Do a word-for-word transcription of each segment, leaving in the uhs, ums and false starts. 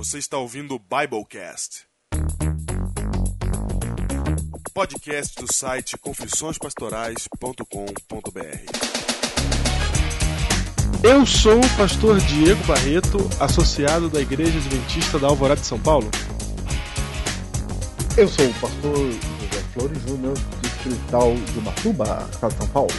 Você está ouvindo o Biblecast, podcast do site confissões pastorais ponto com ponto b r. Eu sou o pastor Diego Barreto, associado da Igreja Adventista da Alvorada de São Paulo. Eu sou o pastor José Flores Júnior, distrital de Ubatuba, estado de São Paulo.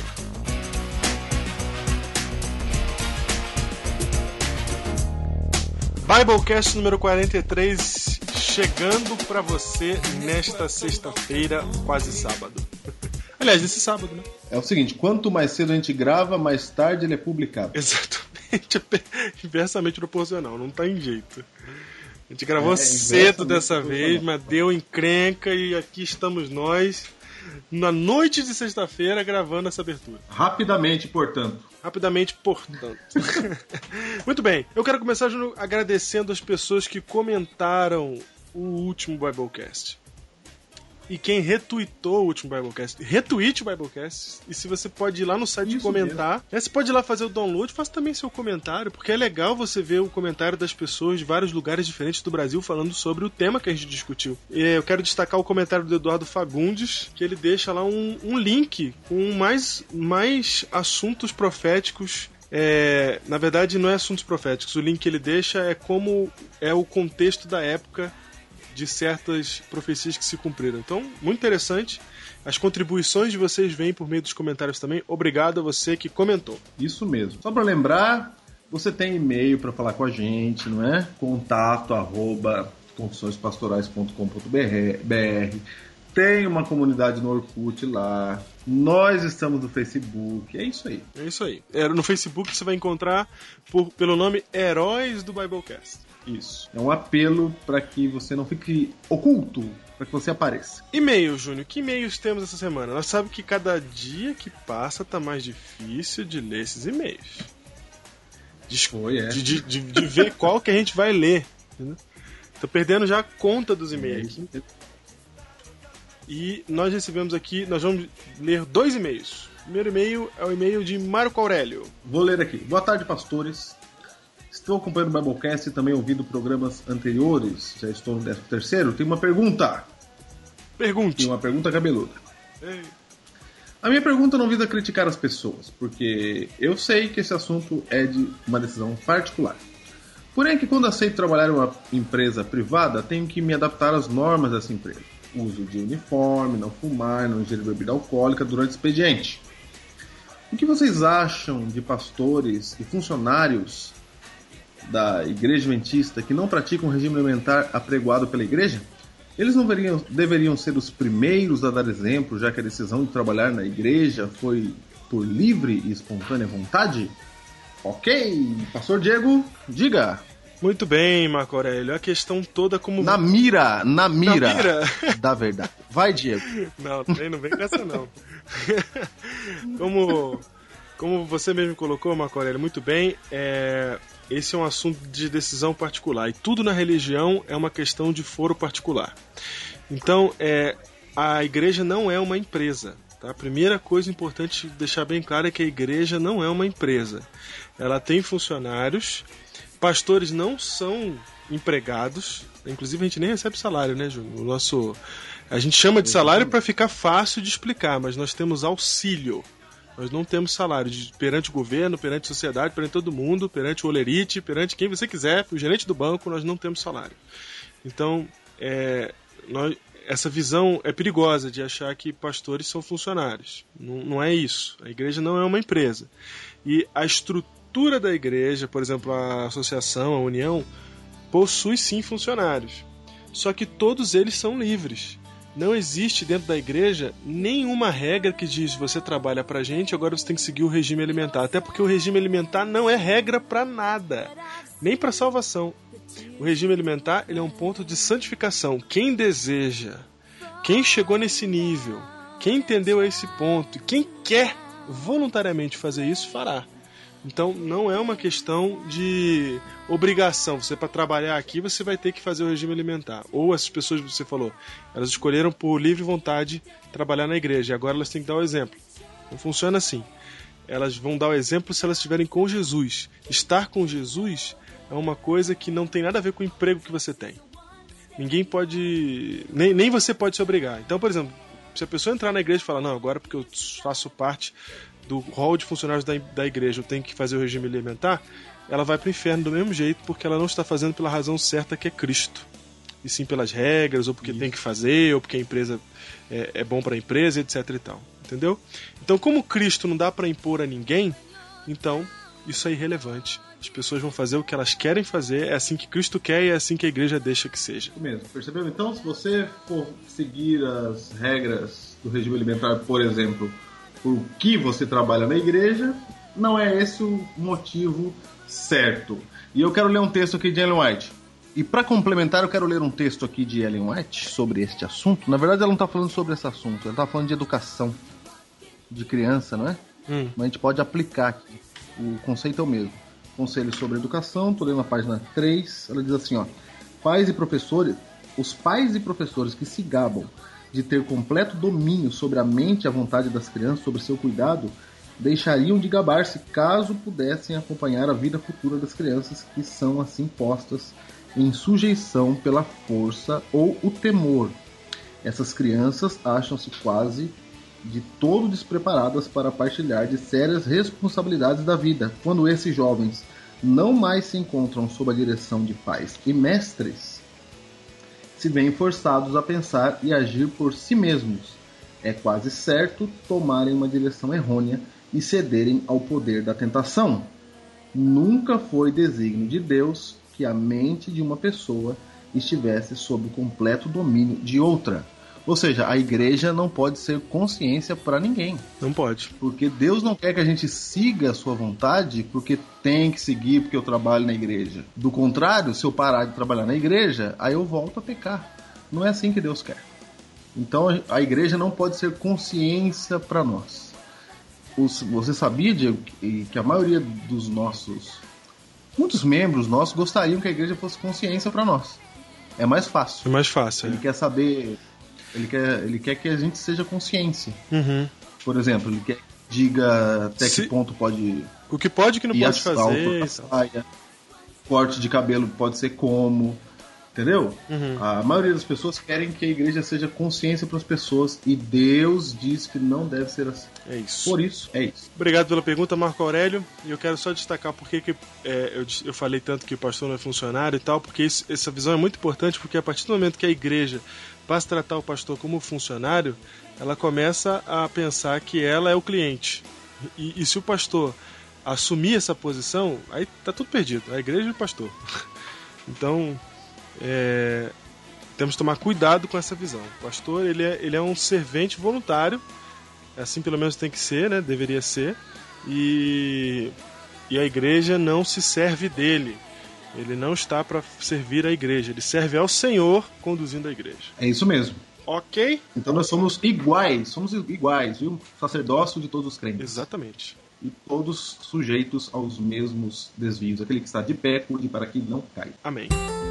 Biblecast número quarenta e três, chegando para você nesta sexta-feira, quase sábado. Aliás, nesse sábado, né? É o seguinte, quanto mais cedo a gente grava, mais tarde ele é publicado. Exatamente, inversamente proporcional, não tá em jeito. A gente gravou é, cedo dessa vez, mas deu encrenca e aqui estamos nós, na noite de sexta-feira, gravando essa abertura. Rapidamente, portanto. Rapidamente, portanto. Muito bem, eu quero começar agradecendo as pessoas que comentaram o último Biblecast. E quem retweetou o último Biblecast, retweete o Biblecast. E se você pode ir lá no site e comentar, né, você pode ir lá fazer o download, faça também seu comentário, porque é legal você ver o comentário das pessoas de vários lugares diferentes do Brasil falando sobre o tema que a gente discutiu. E eu quero destacar o comentário do Eduardo Fagundes, que ele deixa lá um, um link com mais, mais assuntos proféticos. É, na verdade, não é assuntos proféticos. O link que ele deixa é como é o contexto da época de certas profecias que se cumpriram. Então, muito interessante. As contribuições de vocês vêm por meio dos comentários também. Obrigado a você que comentou. Isso mesmo. Só para lembrar, você tem e-mail para falar com a gente, não é? Contato arroba confissões pastorais ponto com ponto b r. Tem uma comunidade no Orkut lá. Nós estamos no Facebook. É isso aí. É isso aí. No Facebook você vai encontrar por, pelo nome Heróis do Biblecast. Isso. É um apelo para que você não fique oculto, para que você apareça. E-mail, Júnior. Que e-mails temos essa semana? Nós sabemos que cada dia que passa tá mais difícil de ler esses e-mails. De, Foi, é. de, de, de, de ver qual que a gente vai ler. Entendeu? Tô perdendo já a conta dos e-mails. É. E nós recebemos aqui, nós vamos ler dois e-mails. O primeiro e-mail é o e-mail de Marco Aurélio. Vou ler aqui. Boa tarde, pastores. Estou acompanhando o Biblecast e também ouvindo programas anteriores. Já estou no décimo terceiro. Tem uma pergunta. Pergunte. Tem uma pergunta cabeluda. Ei. A minha pergunta não visa criticar as pessoas, porque eu sei que esse assunto é de uma decisão particular. Porém, que quando aceito trabalhar em uma empresa privada, tenho que me adaptar às normas dessa empresa. Uso de uniforme, não fumar, não ingerir bebida alcoólica durante o expediente. O que vocês acham de pastores e funcionários da Igreja Adventista que não praticam o regime alimentar apregoado pela Igreja? Eles não deveriam, deveriam ser os primeiros a dar exemplo, já que a decisão de trabalhar na Igreja foi por livre e espontânea vontade? Ok, Pastor Diego, diga! Muito bem, Marco Aurélio. A questão toda como... Na mira, na mira, na mira. Da verdade. Vai, Diego. Não, também não vem com essa, não. Como, como você mesmo colocou, Marco Aurélio, muito bem, é... esse é um assunto de decisão particular. E tudo na religião é uma questão de foro particular. Então, é... a igreja não é uma empresa. Tá? A primeira coisa importante deixar bem claro é que a igreja não é uma empresa. Ela tem funcionários... Pastores não são empregados, inclusive a gente nem recebe salário, né, Júnior? O nosso, a gente chama de salário para ficar fácil de explicar, mas nós temos auxílio. Nós não temos salário de, perante o governo, perante a sociedade, perante todo mundo, perante o olerite, perante quem você quiser, o gerente do banco, nós não temos salário. Então, é, nós, essa visão é perigosa de achar que pastores são funcionários. Não, não é isso. A igreja não é uma empresa. E a estrutura A estrutura da igreja, por exemplo, a associação, a união, possui sim funcionários. Só que todos eles são livres. Não existe dentro da igreja nenhuma regra que diz você trabalha pra gente, agora você tem que seguir o regime alimentar. Até porque o regime alimentar não é regra pra nada, nem pra salvação. O regime alimentar ele é um ponto de santificação. Quem deseja, quem chegou nesse nível, quem entendeu esse ponto, quem quer voluntariamente fazer isso, fará. Então não é uma questão de obrigação. Você, para trabalhar aqui, você vai ter que fazer o regime alimentar. Ou essas pessoas que você falou, elas escolheram por livre vontade trabalhar na igreja. E agora elas têm que dar o exemplo. Não funciona assim. Elas vão dar o exemplo se elas estiverem com Jesus. Estar com Jesus é uma coisa que não tem nada a ver com o emprego que você tem. Ninguém pode... Nem, nem você pode se obrigar. Então, por exemplo, se a pessoa entrar na igreja e falar, não, agora porque eu faço parte do rol de funcionários da, da igreja, eu tenho que fazer o regime alimentar, ela vai para o inferno do mesmo jeito, porque ela não está fazendo pela razão certa, que é Cristo. E sim pelas regras, ou porque Isso. tem que fazer, ou porque a empresa é, é bom para a empresa, etc e tal. Entendeu? Então, como Cristo não dá para impor a ninguém, então isso é irrelevante. As pessoas vão fazer o que elas querem fazer, é assim que Cristo quer e é assim que a igreja deixa que seja. Isso mesmo, percebeu? Então, se você for seguir as regras do regime alimentar, por exemplo, por que você trabalha na igreja, não é esse o motivo certo. E eu quero ler um texto aqui de Ellen White. E para complementar, eu quero ler um texto aqui de Ellen White sobre este assunto. Na verdade, ela não está falando sobre esse assunto, ela está falando de educação de criança, não é? Hum. Mas a gente pode aplicar aqui. O conceito é o mesmo. Conselho sobre Educação, estou lendo na página três. Ela diz assim, ó: pais e professores, os pais e professores que se gabam de ter completo domínio sobre a mente e a vontade das crianças, sobre seu cuidado, deixariam de gabar-se caso pudessem acompanhar a vida futura das crianças que são assim postas em sujeição pela força ou o temor. Essas crianças acham-se quase de todo despreparadas para partilhar de sérias responsabilidades da vida, quando esses jovens não mais se encontram sob a direção de pais e mestres, se veem forçados a pensar e agir por si mesmos. É quase certo tomarem uma direção errônea e cederem ao poder da tentação. Nunca foi desígnio de Deus que a mente de uma pessoa estivesse sob o completo domínio de outra. Ou seja, a igreja não pode ser consciência para ninguém. Não pode. Porque Deus não quer que a gente siga a sua vontade porque tem que seguir porque eu trabalho na igreja. Do contrário, se eu parar de trabalhar na igreja, aí eu volto a pecar. Não é assim que Deus quer. Então a igreja não pode ser consciência para nós. Os, você sabia, Diego, que, que a maioria dos nossos... Muitos membros nossos gostariam que a igreja fosse consciência para nós. É mais fácil. É mais fácil. Ele é. quer saber... Ele quer, ele quer que a gente seja consciência. Uhum. Por exemplo, ele quer que diga até Se... que ponto pode... O que pode e o que não pode fazer. Saia, corte de cabelo pode ser como... Entendeu? Uhum. A maioria das pessoas querem que a igreja seja consciência para as pessoas e Deus diz que não deve ser assim. É isso. Por isso, é isso. Obrigado pela pergunta, Marco Aurélio. E eu quero só destacar porque que, é, eu, eu falei tanto que o pastor não é funcionário e tal, porque isso, essa visão é muito importante, porque a partir do momento que a igreja passa a tratar o pastor como funcionário, ela começa a pensar que ela é o cliente. E, e se o pastor assumir essa posição, aí tá tudo perdido. A igreja e o pastor. Então... É, temos que tomar cuidado com essa visão. O pastor, ele é, ele é um servente voluntário, assim pelo menos tem que ser, né? Deveria ser, e, e a igreja não se serve dele. Ele não está para servir a igreja, ele serve ao Senhor conduzindo a igreja. É isso mesmo. Ok? Então nós somos iguais, somos iguais, viu? Sacerdócio de todos os crentes. Exatamente. E todos sujeitos aos mesmos desvios. Aquele que está de pé, cuide para que não caia. Amém.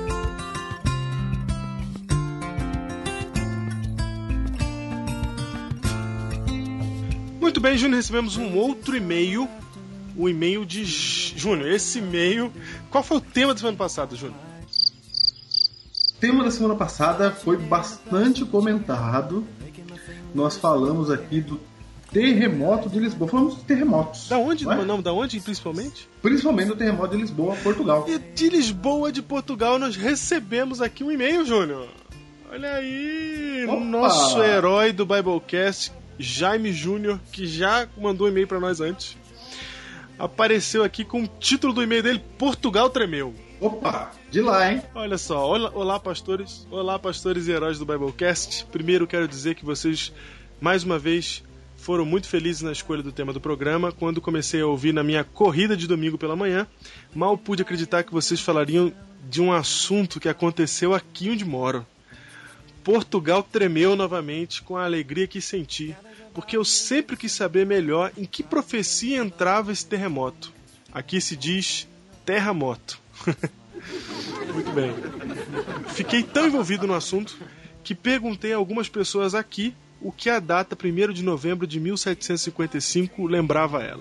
Muito bem, Júnior, recebemos um outro e-mail, o e-mail de Júnior. Esse e-mail... Qual foi o tema da semana passada, Júnior? O tema da semana passada foi bastante comentado. Nós falamos aqui do terremoto de Lisboa. Falamos de terremotos. Da onde? Não, é? não, da onde principalmente? Principalmente do terremoto de Lisboa, Portugal. E de Lisboa, de Portugal, nós recebemos aqui um e-mail, Júnior. Olha aí, Opa! Nosso herói do Biblecast, Jaime Júnior, que já mandou e-mail para nós antes, apareceu aqui com o título do e-mail dele, Portugal Tremeu. Opa, de lá, hein? Olha só, olá, olá pastores, olá pastores e heróis do Biblecast. Primeiro quero dizer que vocês, mais uma vez, foram muito felizes na escolha do tema do programa. Quando comecei a ouvir na minha corrida de domingo pela manhã, mal pude acreditar que vocês falariam de um assunto que aconteceu aqui onde moro. Portugal tremeu novamente com a alegria que senti, porque eu sempre quis saber melhor em que profecia entrava esse terremoto. Aqui se diz terremoto. Muito bem. Fiquei tão envolvido no assunto que perguntei a algumas pessoas aqui o que a data primeiro de novembro de mil setecentos e cinquenta e cinco lembrava a elas.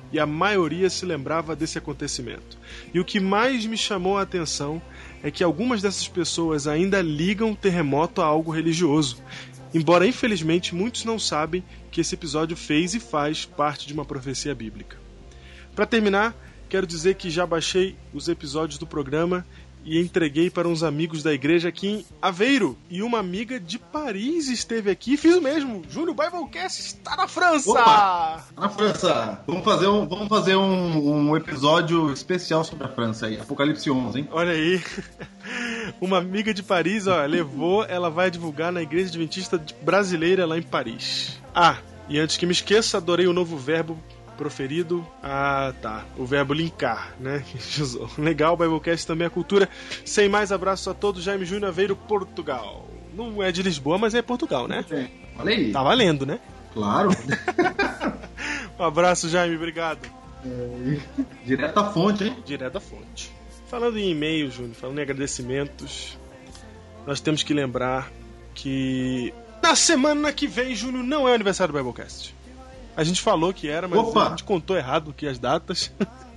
e a maioria se lembrava desse acontecimento. E o que mais me chamou a atenção é que algumas dessas pessoas ainda ligam o terremoto a algo religioso, embora infelizmente muitos não sabem que esse episódio fez e faz parte de uma profecia bíblica. Para terminar, quero dizer que já baixei os episódios do programa e entreguei para uns amigos da igreja aqui em Aveiro. E uma amiga de Paris esteve aqui e fiz o mesmo. Júnior Biblecast está na França! Opa! Na França! Vamos fazer um, vamos fazer um, um episódio especial sobre a França aí. Apocalipse onze, hein? Olha aí. Uma amiga de Paris, ó, levou, ela vai divulgar na Igreja Adventista Brasileira lá em Paris. Ah, e antes que me esqueça, adorei o novo verbo proferido. Ah, tá. O verbo linkar, né? Legal, o Biblecast também é cultura. Sem mais, abraço a todos. Jaime Júnior, Aveiro, Portugal. Não é de Lisboa, mas é Portugal, né? Olha aí. Tá valendo, né? Claro. Um abraço, Jaime. Obrigado. É... Direto à fonte, hein? Direto à fonte. Falando em e-mail, Júnior, falando em agradecimentos, nós temos que lembrar que na semana que vem, Júnior, não é o aniversário do Biblecast. A gente falou que era, mas Opa! a gente contou errado aqui as datas.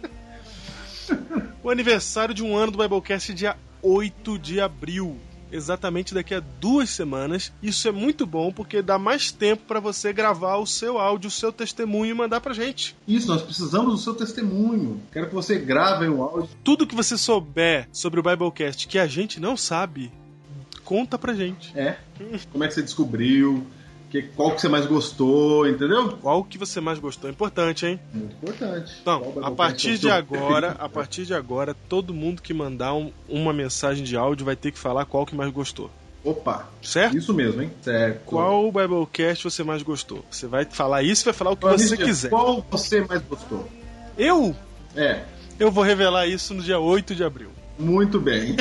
O aniversário de um ano do Biblecast é dia oito de abril. Exatamente daqui a duas semanas. Isso é muito bom porque dá mais tempo para você gravar o seu áudio, o seu testemunho e mandar pra gente. Isso, nós precisamos do seu testemunho. Quero que você grave um áudio. Tudo que você souber sobre o Biblecast que a gente não sabe, conta pra gente. É. Como é que você descobriu? Que, qual que você mais gostou, entendeu? Qual que você mais gostou? É importante, hein? Muito importante. Então, a partir de agora, a partir de agora, todo mundo que mandar um, uma mensagem de áudio vai ter que falar qual que mais gostou. Opa! Certo? Isso mesmo, hein? Certo. Qual Biblecast você mais gostou? Você vai falar isso e vai falar o que Mas, você dia, quiser. Qual você mais gostou? Eu? É. Eu vou revelar isso no dia oito de abril. Muito bem.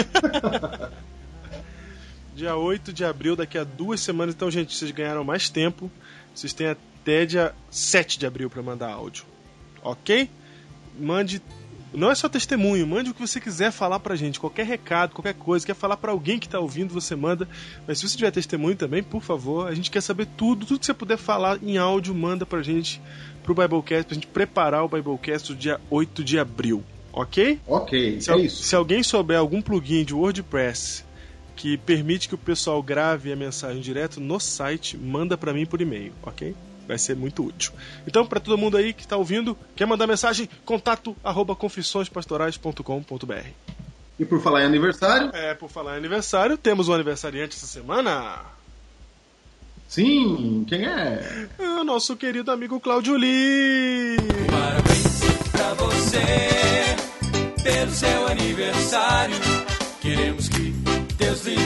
Dia oito de abril, daqui a duas semanas. Então, gente, vocês ganharam mais tempo. Vocês têm até dia sete de abril para mandar áudio. Ok? Mande. Não é só testemunho, mande o que você quiser falar pra gente. Qualquer recado, qualquer coisa. Quer falar pra alguém que tá ouvindo, você manda. Mas se você tiver testemunho também, por favor, a gente quer saber tudo. Tudo que você puder falar em áudio, manda pra gente pro Biblecast, pra gente preparar o Biblecast do dia oito de abril. Ok? Ok, se, é isso. Se alguém souber algum plugin de WordPress que permite que o pessoal grave a mensagem direto no site, manda pra mim por e-mail, ok? Vai ser muito útil. Então, pra todo mundo aí que tá ouvindo, quer mandar mensagem, contato arroba confissões pastorais ponto com ponto b r. E por falar em aniversário? É, por falar em aniversário, temos um aniversariante essa semana. Sim, quem é? É o nosso querido amigo Cláudio Lee. Parabéns pra você pelo seu aniversário. Queremos que Deus lhe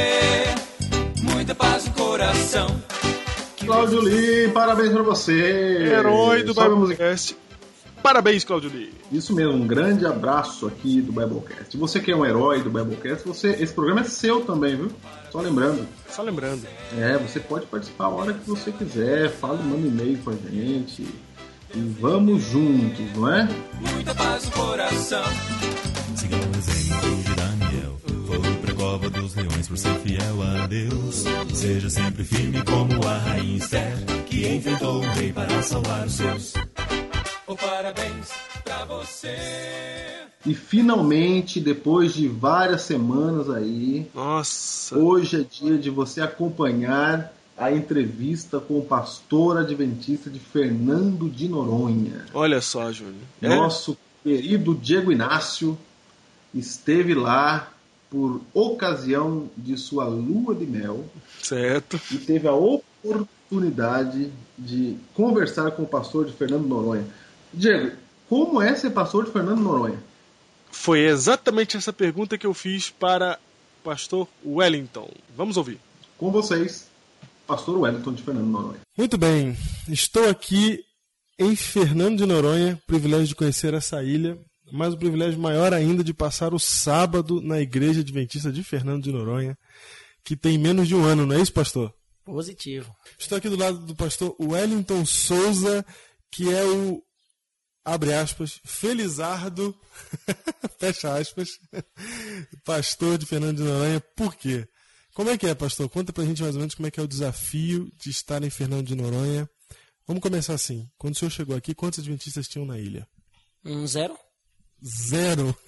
dê muita paz no coração. Cláudio Lee, parabéns pra você. Herói do Biblecast. Parabéns, Cláudio Lee. Isso mesmo, um grande abraço aqui do Biblecast. Você que é um herói do Biblecast, você, esse programa é seu também, viu? Só lembrando. Só lembrando. É, você pode participar a hora que você quiser. Fala, manda um e-mail com a gente. E vamos juntos, não é? Muita paz no coração. Siga o exemplo de Daniel. Foi pra cova dos leões por ser fiel a Deus. Seja sempre firme como a rainha Esther, que enfrentou o rei para salvar os seus. Oh, parabéns pra você. E finalmente, depois de várias semanas aí, Nossa. Hoje é dia de você acompanhar a entrevista com o pastor adventista de Fernando de Noronha. Olha só, Júnior. Nosso é? querido Diego Inácio esteve lá por ocasião de sua lua de mel. Certo. E teve a oportunidade de conversar com o pastor de Fernando de Noronha. Diego, como é ser pastor de Fernando de Noronha? Foi exatamente essa pergunta que eu fiz para o pastor Wellington. Vamos ouvir. Com vocês, pastor Wellington de Fernando de Noronha. Muito bem, estou aqui em Fernando de Noronha, privilégio de conhecer essa ilha, mas o privilégio maior ainda de passar o sábado na Igreja Adventista de Fernando de Noronha, que tem menos de um ano, não é isso, pastor? Positivo. Estou aqui do lado do pastor Wellington Souza, que é o, abre aspas, felizardo, fecha aspas, pastor de Fernando de Noronha. Por quê? Como é que é, pastor? Conta pra gente mais ou menos como é que é o desafio de estar em Fernando de Noronha Vamos começar assim. Quando o senhor chegou aqui, quantos adventistas tinham na ilha? Um zero. Zero!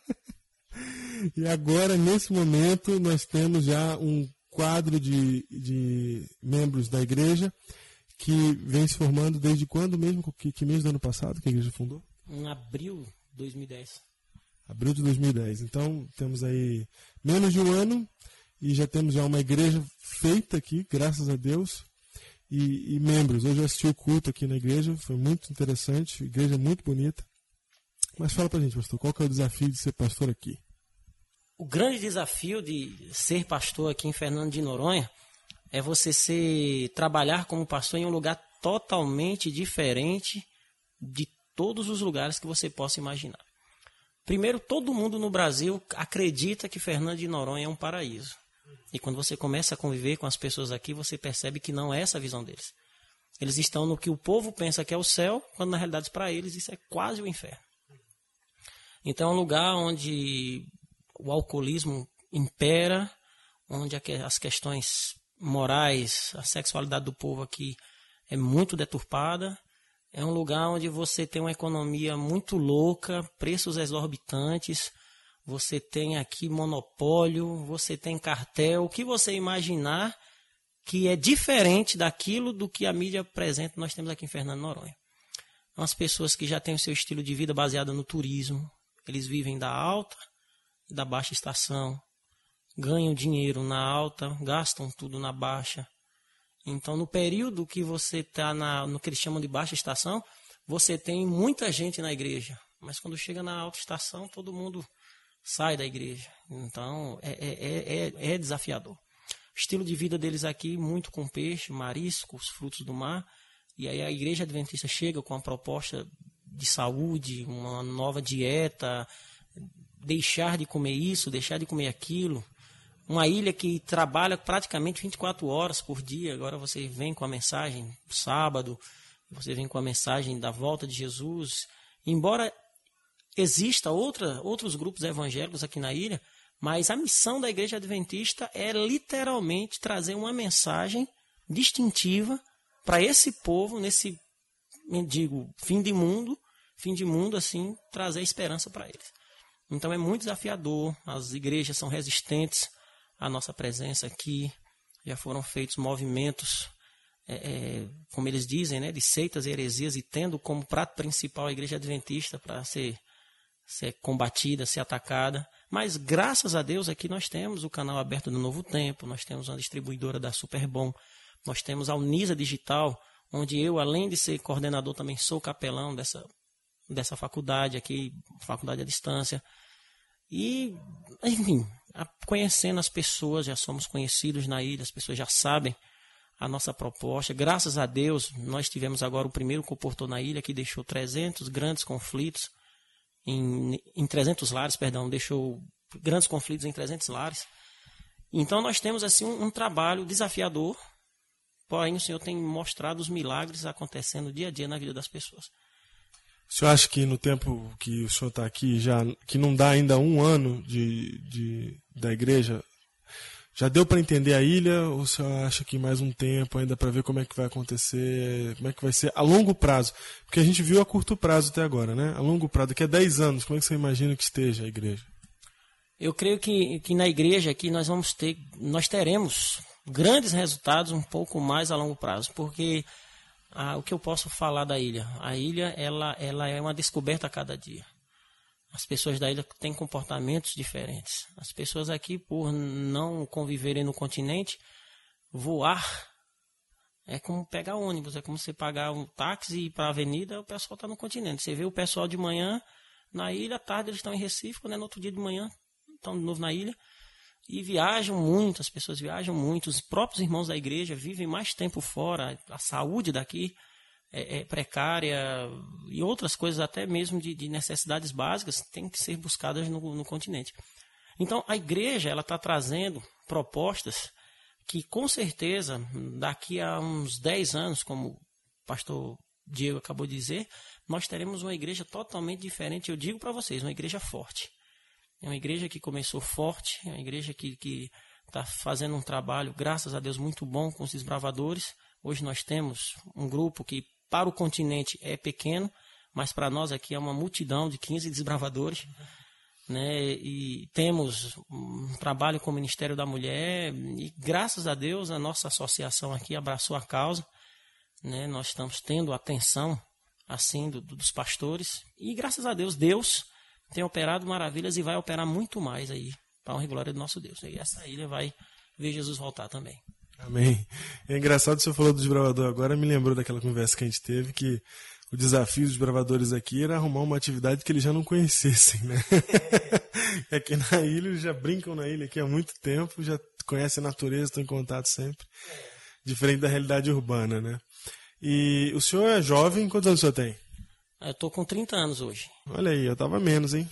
E agora, nesse momento, nós temos já um quadro de, de membros da igreja que vem se formando desde quando mesmo? Que, que mês do ano passado que a igreja fundou? Em abril de dois mil e dez. Abril de dois mil e dez. Então, temos aí menos de um ano e já temos já uma igreja feita aqui, graças a Deus. E, e membros. Hoje eu assisti o culto aqui na igreja, foi muito interessante, igreja muito bonita. Mas fala pra gente, pastor, qual que é o desafio de ser pastor aqui? O grande desafio de ser pastor aqui em Fernando de Noronha é você ser, trabalhar como pastor em um lugar totalmente diferente de todos os lugares que você possa imaginar. Primeiro, todo mundo no Brasil acredita que Fernando de Noronha é um paraíso. E quando você começa a conviver com as pessoas aqui, você percebe que não é essa a visão deles. Eles estão no que o povo pensa que é o céu, quando na realidade para eles isso é quase o inferno. Então é um lugar onde o alcoolismo impera, onde as questões morais, a sexualidade do povo aqui é muito deturpada. É um lugar onde você tem uma economia muito louca, preços exorbitantes, você tem aqui monopólio, você tem cartel, o que você imaginar que é diferente daquilo do que a mídia apresenta, nós temos aqui em Fernando de Noronha. Umas pessoas que já têm o seu estilo de vida baseado no turismo, eles vivem da alta e da baixa estação, ganham dinheiro na alta, gastam tudo na baixa. Então, no período que você está no que eles chamam de baixa estação, você tem muita gente na igreja. Mas quando chega na alta estação, todo mundo sai da igreja. Então, é, é, é, é desafiador. O estilo de vida deles aqui, muito com peixe, mariscos, frutos do mar. E aí a igreja adventista chega com uma proposta de saúde, uma nova dieta, deixar de comer isso, deixar de comer aquilo. Uma ilha que trabalha praticamente vinte e quatro horas por dia. Agora você vem com a mensagem sábado, você vem com a mensagem da volta de Jesus. Embora exista outra, outros grupos evangélicos aqui na ilha, mas a missão da igreja adventista é literalmente trazer uma mensagem distintiva para esse povo, nesse, digo, fim de mundo, fim de mundo assim, trazer esperança para eles. Então é muito desafiador, as igrejas são resistentes à nossa presença aqui, já foram feitos movimentos, é, é, como eles dizem, né, de seitas e heresias, e tendo como prato principal a igreja adventista para ser, ser combatida, ser atacada. Mas graças a Deus aqui nós temos o canal aberto do Novo Tempo, nós temos uma distribuidora da Superbom, nós temos a Unisa Digital, onde eu, além de ser coordenador, também sou capelão dessa, dessa faculdade aqui, faculdade à distância. E, enfim, conhecendo as pessoas, já somos conhecidos na ilha, as pessoas já sabem a nossa proposta. Graças a Deus, nós tivemos agora o primeiro comportor na ilha que deixou trezentos grandes conflitos, em, em trezentos lares, perdão, deixou grandes conflitos em trezentos lares. Então nós temos assim um, um trabalho desafiador, porém o Senhor tem mostrado os milagres acontecendo dia a dia na vida das pessoas. O senhor acha que no tempo que o senhor está aqui, já, que não dá ainda um ano de, de, da igreja, já deu para entender a ilha, ou o senhor acha que mais um tempo ainda para ver como é que vai acontecer, como é que vai ser a longo prazo? Porque a gente viu a curto prazo até agora, né? A longo prazo, daqui a dez anos, como é que você imagina que esteja a igreja? Eu creio que, que na igreja aqui nós vamos ter, nós teremos grandes resultados um pouco mais a longo prazo, porque ah, o que eu posso falar da ilha? A ilha ela, ela é uma descoberta a cada dia. As pessoas da ilha têm comportamentos diferentes. As pessoas aqui, por não conviverem no continente, voar é como pegar ônibus, é como você pagar um táxi e ir para a avenida, o pessoal está no continente. Você vê o pessoal de manhã na ilha, à tarde eles estão em Recife, quando é no outro dia de manhã, estão de novo na ilha. E viajam muito, as pessoas viajam muito. Os próprios irmãos da igreja vivem mais tempo fora. A saúde daqui é, é precária e outras coisas até mesmo de, de necessidades básicas têm que ser buscadas no, no continente. Então a igreja ela está trazendo propostas que com certeza daqui a uns dez anos, como o pastor Diego acabou de dizer, nós teremos uma igreja totalmente diferente. Eu digo para vocês, uma igreja forte. É uma igreja que começou forte, é uma igreja que está fazendo um trabalho, graças a Deus, muito bom com os desbravadores. Hoje nós temos um grupo que para o continente é pequeno, mas para nós aqui é uma multidão de quinze desbravadores. Né, e temos um trabalho com o Ministério da Mulher e graças a Deus a nossa associação aqui abraçou a causa, né, nós estamos tendo atenção assim do, dos pastores e graças a Deus Deus tem operado maravilhas e vai operar muito mais aí para a honra e glória do nosso Deus, e essa ilha vai ver Jesus voltar também. Amém. É engraçado, o senhor falou do desbravador agora, me lembrou daquela conversa que a gente teve, que o desafio dos bravadores aqui era arrumar uma atividade que eles já não conhecessem, né? Aqui na ilha, eles já brincam na ilha aqui há muito tempo, já conhecem a natureza, estão em contato sempre. Diferente da realidade urbana, né? E o senhor é jovem, quantos anos o senhor tem? Eu estou com trinta anos hoje. Olha aí, eu estava menos, hein?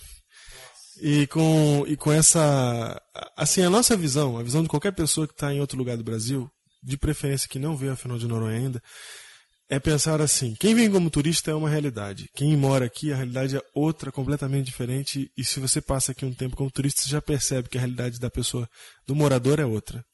E com, e com essa... Assim, a nossa visão, a visão de qualquer pessoa que está em outro lugar do Brasil, de preferência que não veio a Fernando de Noronha ainda, é pensar assim, quem vem como turista é uma realidade, quem mora aqui, a realidade é outra, completamente diferente, e se você passa aqui um tempo como turista, você já percebe que a realidade da pessoa, do morador é outra.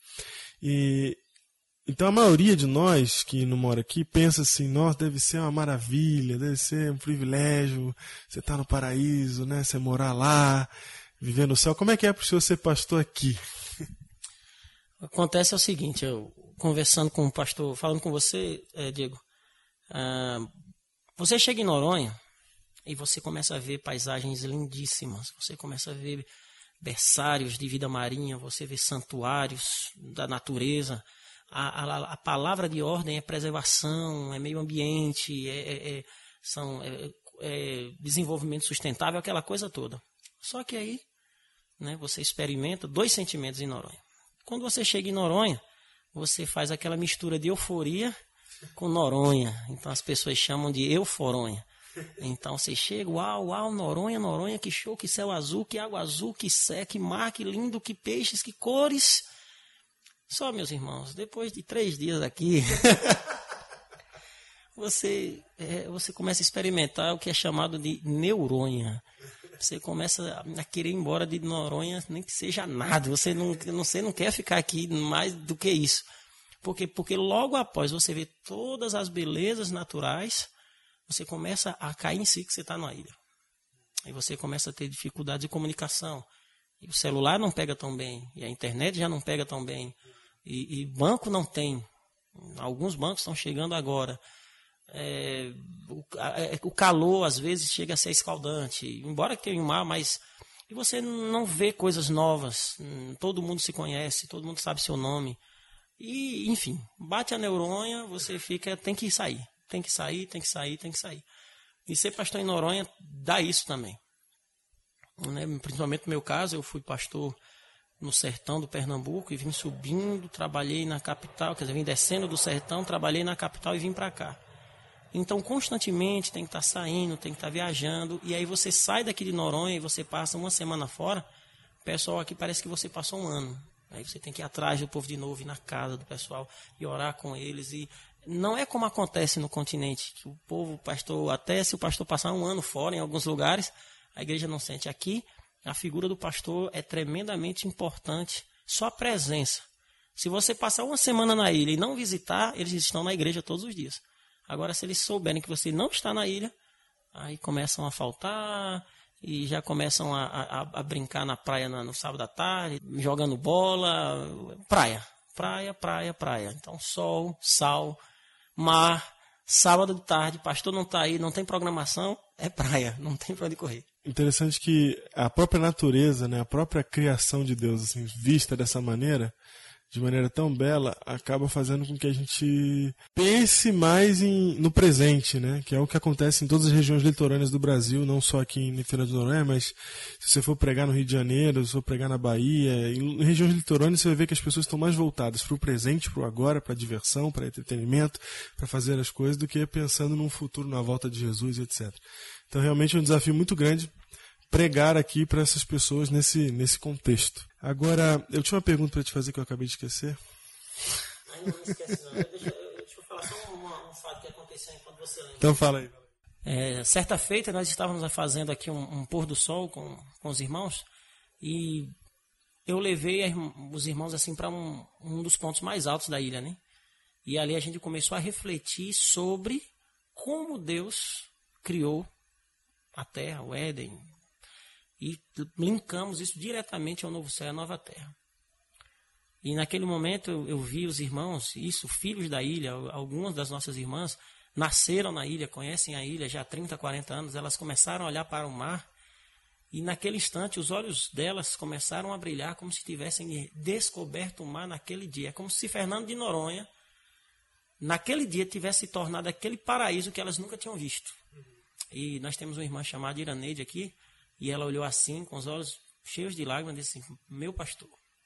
E então a maioria de nós que não mora aqui pensa assim, nossa, deve ser uma maravilha, deve ser um privilégio, você está no paraíso, né? Você morar lá, viver no céu. Como é que é para o senhor ser pastor aqui? Acontece é o seguinte, eu conversando com o pastor, falando com você, é, Diego, Uh, você chega em Noronha e você começa a ver paisagens lindíssimas, você começa a ver berçários de vida marinha, você vê santuários da natureza, a, a, a palavra de ordem é preservação, é meio ambiente, é, é, é, são, é, é desenvolvimento sustentável, aquela coisa toda. Só que aí, né, você experimenta dois sentimentos em Noronha. Quando você chega em Noronha, você faz aquela mistura de euforia com Noronha, então as pessoas chamam de euforonha. Então você chega, uau, uau, Noronha, Noronha, que show, que céu azul, que água azul, que céu, que mar, que lindo, que peixes, que cores. Só, meus irmãos, depois de três dias aqui, você, é, você começa a experimentar o que é chamado de neuronha. Você começa a querer ir embora de Noronha, nem que seja nada, você não, você não quer ficar aqui mais do que isso. Porque, porque logo após você ver todas as belezas naturais, você começa a cair em si que você está na ilha. Aí você começa a ter dificuldade de comunicação. E o celular não pega tão bem, e a internet já não pega tão bem. E, e banco não tem. Alguns bancos estão chegando agora. É, o, a, o calor, às vezes, chega a ser escaldante. Embora tenha um mar, mas... E você não vê coisas novas. Todo mundo se conhece, todo mundo sabe seu nome. E, enfim, bate a neuronha, você fica, tem que sair, tem que sair, tem que sair, tem que sair. E ser pastor em Noronha dá isso também. Né? Principalmente no meu caso, eu fui pastor no sertão do Pernambuco e vim subindo, trabalhei na capital, quer dizer, vim descendo do sertão, trabalhei na capital e vim para cá. Então, constantemente tem que estar saindo, tem que estar viajando, e aí você sai daqui de Noronha e você passa uma semana fora, o pessoal aqui parece que você passou um ano. Aí você tem que ir atrás do povo de novo, ir na casa do pessoal e orar com eles. E não é como acontece no continente, que o povo, o pastor, até se o pastor passar um ano fora em alguns lugares, a igreja não sente. Aqui, a figura do pastor é tremendamente importante, só a presença. Se você passar uma semana na ilha e não visitar, eles estão na igreja todos os dias. Agora, se eles souberem que você não está na ilha, aí começam a faltar... E já começam a, a, a brincar na praia no, no sábado à tarde, jogando bola. Praia, praia, praia, praia. Então, sol, sal, mar, sábado de tarde, pastor não está aí, não tem programação, é praia, não tem para onde correr. Interessante que a própria natureza, né, a própria criação de Deus, assim, vista dessa maneira, de maneira tão bela, acaba fazendo com que a gente pense mais em, no presente, né? Que é o que acontece em todas as regiões litorâneas do Brasil, não só aqui em Fernando de Noronha, mas se você for pregar no Rio de Janeiro, se for pregar na Bahia, em regiões litorâneas você vai ver que as pessoas estão mais voltadas para o presente, para o agora, para a diversão, para entretenimento, para fazer as coisas, do que pensando num futuro, na volta de Jesus, etcétera. Então realmente é um desafio muito grande pregar aqui para essas pessoas nesse, nesse contexto. Agora, eu tinha uma pergunta para te fazer que eu acabei de esquecer. Ai, não esquece não. Deixa, deixa eu falar só um, um fato que aconteceu enquanto você lembra. Então fala aí. É, certa feita, nós estávamos fazendo aqui um, um pôr do sol com, com os irmãos e eu levei a, os irmãos assim para um, um dos pontos mais altos da ilha, né? E ali a gente começou a refletir sobre como Deus criou a terra, o Éden, e linkamos isso diretamente ao novo céu e à nova terra. E naquele momento eu, eu vi os irmãos, isso, filhos da ilha, algumas das nossas irmãs nasceram na ilha, conhecem a ilha já há trinta, quarenta anos, elas começaram a olhar para o mar e naquele instante os olhos delas começaram a brilhar como se tivessem descoberto o mar naquele dia. É como se Fernando de Noronha, naquele dia, tivesse se tornado aquele paraíso que elas nunca tinham visto. E nós temos uma irmã chamada Iraneide aqui, e ela olhou assim, com os olhos cheios de lágrimas, e disse assim: meu pastor,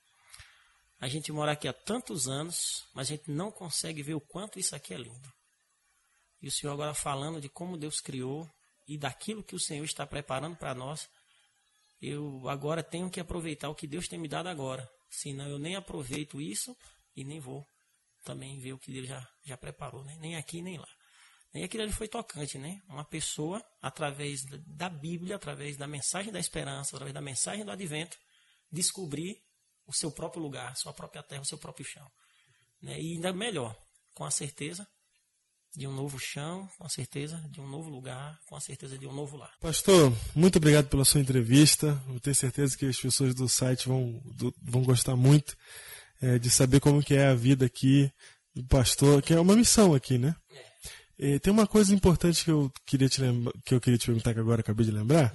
a gente mora aqui há tantos anos, mas a gente não consegue ver o quanto isso aqui é lindo. E o Senhor agora falando de como Deus criou e daquilo que o Senhor está preparando para nós, eu agora tenho que aproveitar o que Deus tem me dado agora. Senão eu nem aproveito isso e nem vou também ver o que Ele já, já preparou, né? Nem aqui nem lá. E aquilo ali foi tocante, né? Uma pessoa, através da Bíblia, através da mensagem da esperança, através da mensagem do advento, descobrir o seu próprio lugar, a sua própria terra, o seu próprio chão. Né? E ainda melhor, com a certeza de um novo chão, com a certeza de um novo lugar, com a certeza de um novo lar. Pastor, muito obrigado pela sua entrevista. Eu tenho certeza que as pessoas do site vão, do, vão gostar muito é, de saber como que é a vida aqui do pastor, que é uma missão aqui, né? É. E tem uma coisa importante que eu queria te lembra, que eu queria te perguntar, que agora acabei de lembrar.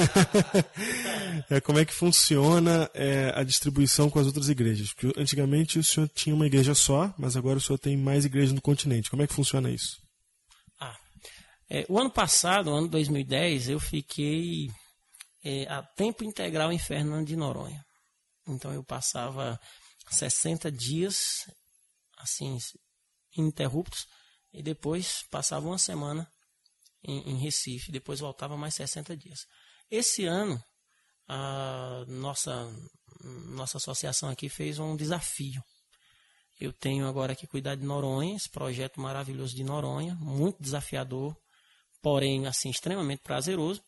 É como é que funciona é, a distribuição com as outras igrejas. Porque antigamente o senhor tinha uma igreja só, mas agora o senhor tem mais igrejas no continente. Como é que funciona isso? Ah, é, o ano passado, o ano dois mil e dez, eu fiquei é, a tempo integral em Fernando de Noronha. Então eu passava sessenta dias assim, ininterruptos, e depois passava uma semana em, em Recife, depois voltava mais sessenta dias. Esse ano, a nossa, nossa associação aqui fez um desafio. Eu tenho agora que cuidar de Noronha, esse projeto maravilhoso de Noronha, muito desafiador, porém assim, extremamente prazeroso.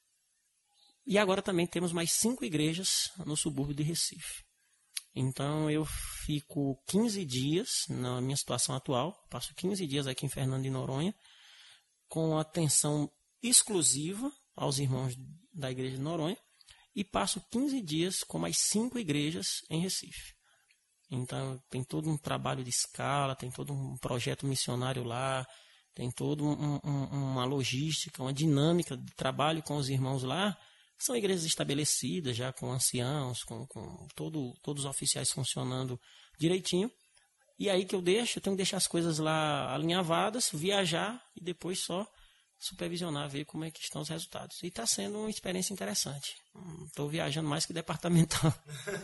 E agora também temos mais cinco igrejas no subúrbio de Recife. Então eu fico quinze dias na minha situação atual, passo quinze dias aqui em Fernando de Noronha, com atenção exclusiva aos irmãos da igreja de Noronha, e passo quinze dias com mais cinco igrejas em Recife. Então tem todo um trabalho de escala, tem todo um projeto missionário lá, tem toda um, um, uma logística, uma dinâmica de trabalho com os irmãos lá. São igrejas estabelecidas, já com anciãos, com, com todo, todos os oficiais funcionando direitinho. E aí que eu deixo, eu tenho que deixar as coisas lá alinhavadas, viajar e depois só supervisionar, ver como é que estão os resultados. E está sendo uma experiência interessante. Estou viajando mais que departamental.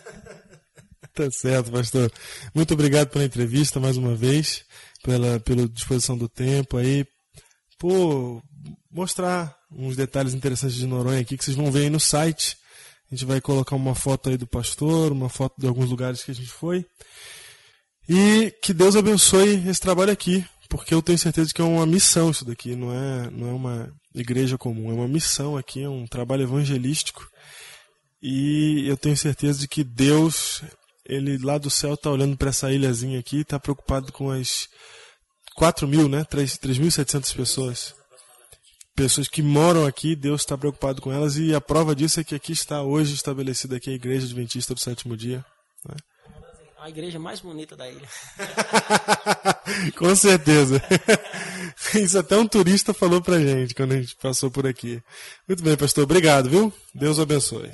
Tá certo, pastor. Muito obrigado pela entrevista mais uma vez, pela, pela disposição do tempo aí, por mostrar uns detalhes interessantes de Noronha aqui que vocês vão ver aí no site. A gente vai colocar uma foto aí do pastor, uma foto de alguns lugares que a gente foi. E que Deus abençoe esse trabalho aqui, porque eu tenho certeza que é uma missão isso daqui, não é, não é uma igreja comum, é uma missão aqui, é um trabalho evangelístico. E eu tenho certeza de que Deus, Ele lá do céu está olhando para essa ilhazinha aqui, está preocupado com as quatro mil, né? três mil e setecentas pessoas. Pessoas que moram aqui, Deus está preocupado com elas, e a prova disso é que aqui está hoje estabelecida aqui a Igreja Adventista do Sétimo Dia. Né? A igreja mais bonita da ilha. Com certeza. Isso até um turista falou pra gente quando a gente passou por aqui. Muito bem, pastor. Obrigado, viu? Deus o abençoe.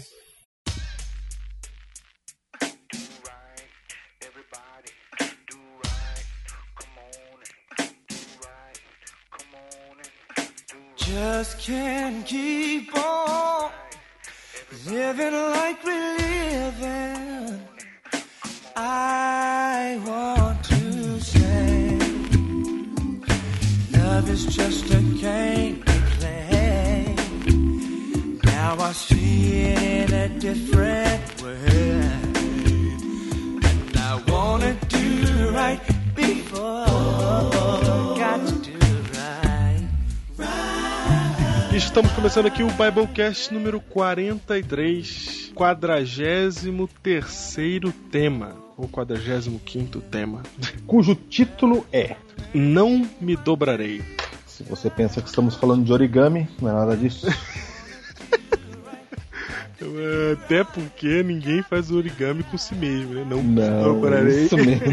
Just can't keep on living like we're living. I want to say love is just a game to play. Now I see it in a different way, and I wanna do right before got to do right. Estamos começando aqui o Biblecast número quarenta e três, quadragésimo terceiro tema, ou quadragésimo quinto tema, cujo título é Não Me Dobrarei. Se você pensa que estamos falando de origami, não é nada disso. Até porque ninguém faz origami com si mesmo, né? Não, Não, dobrarei. isso mesmo.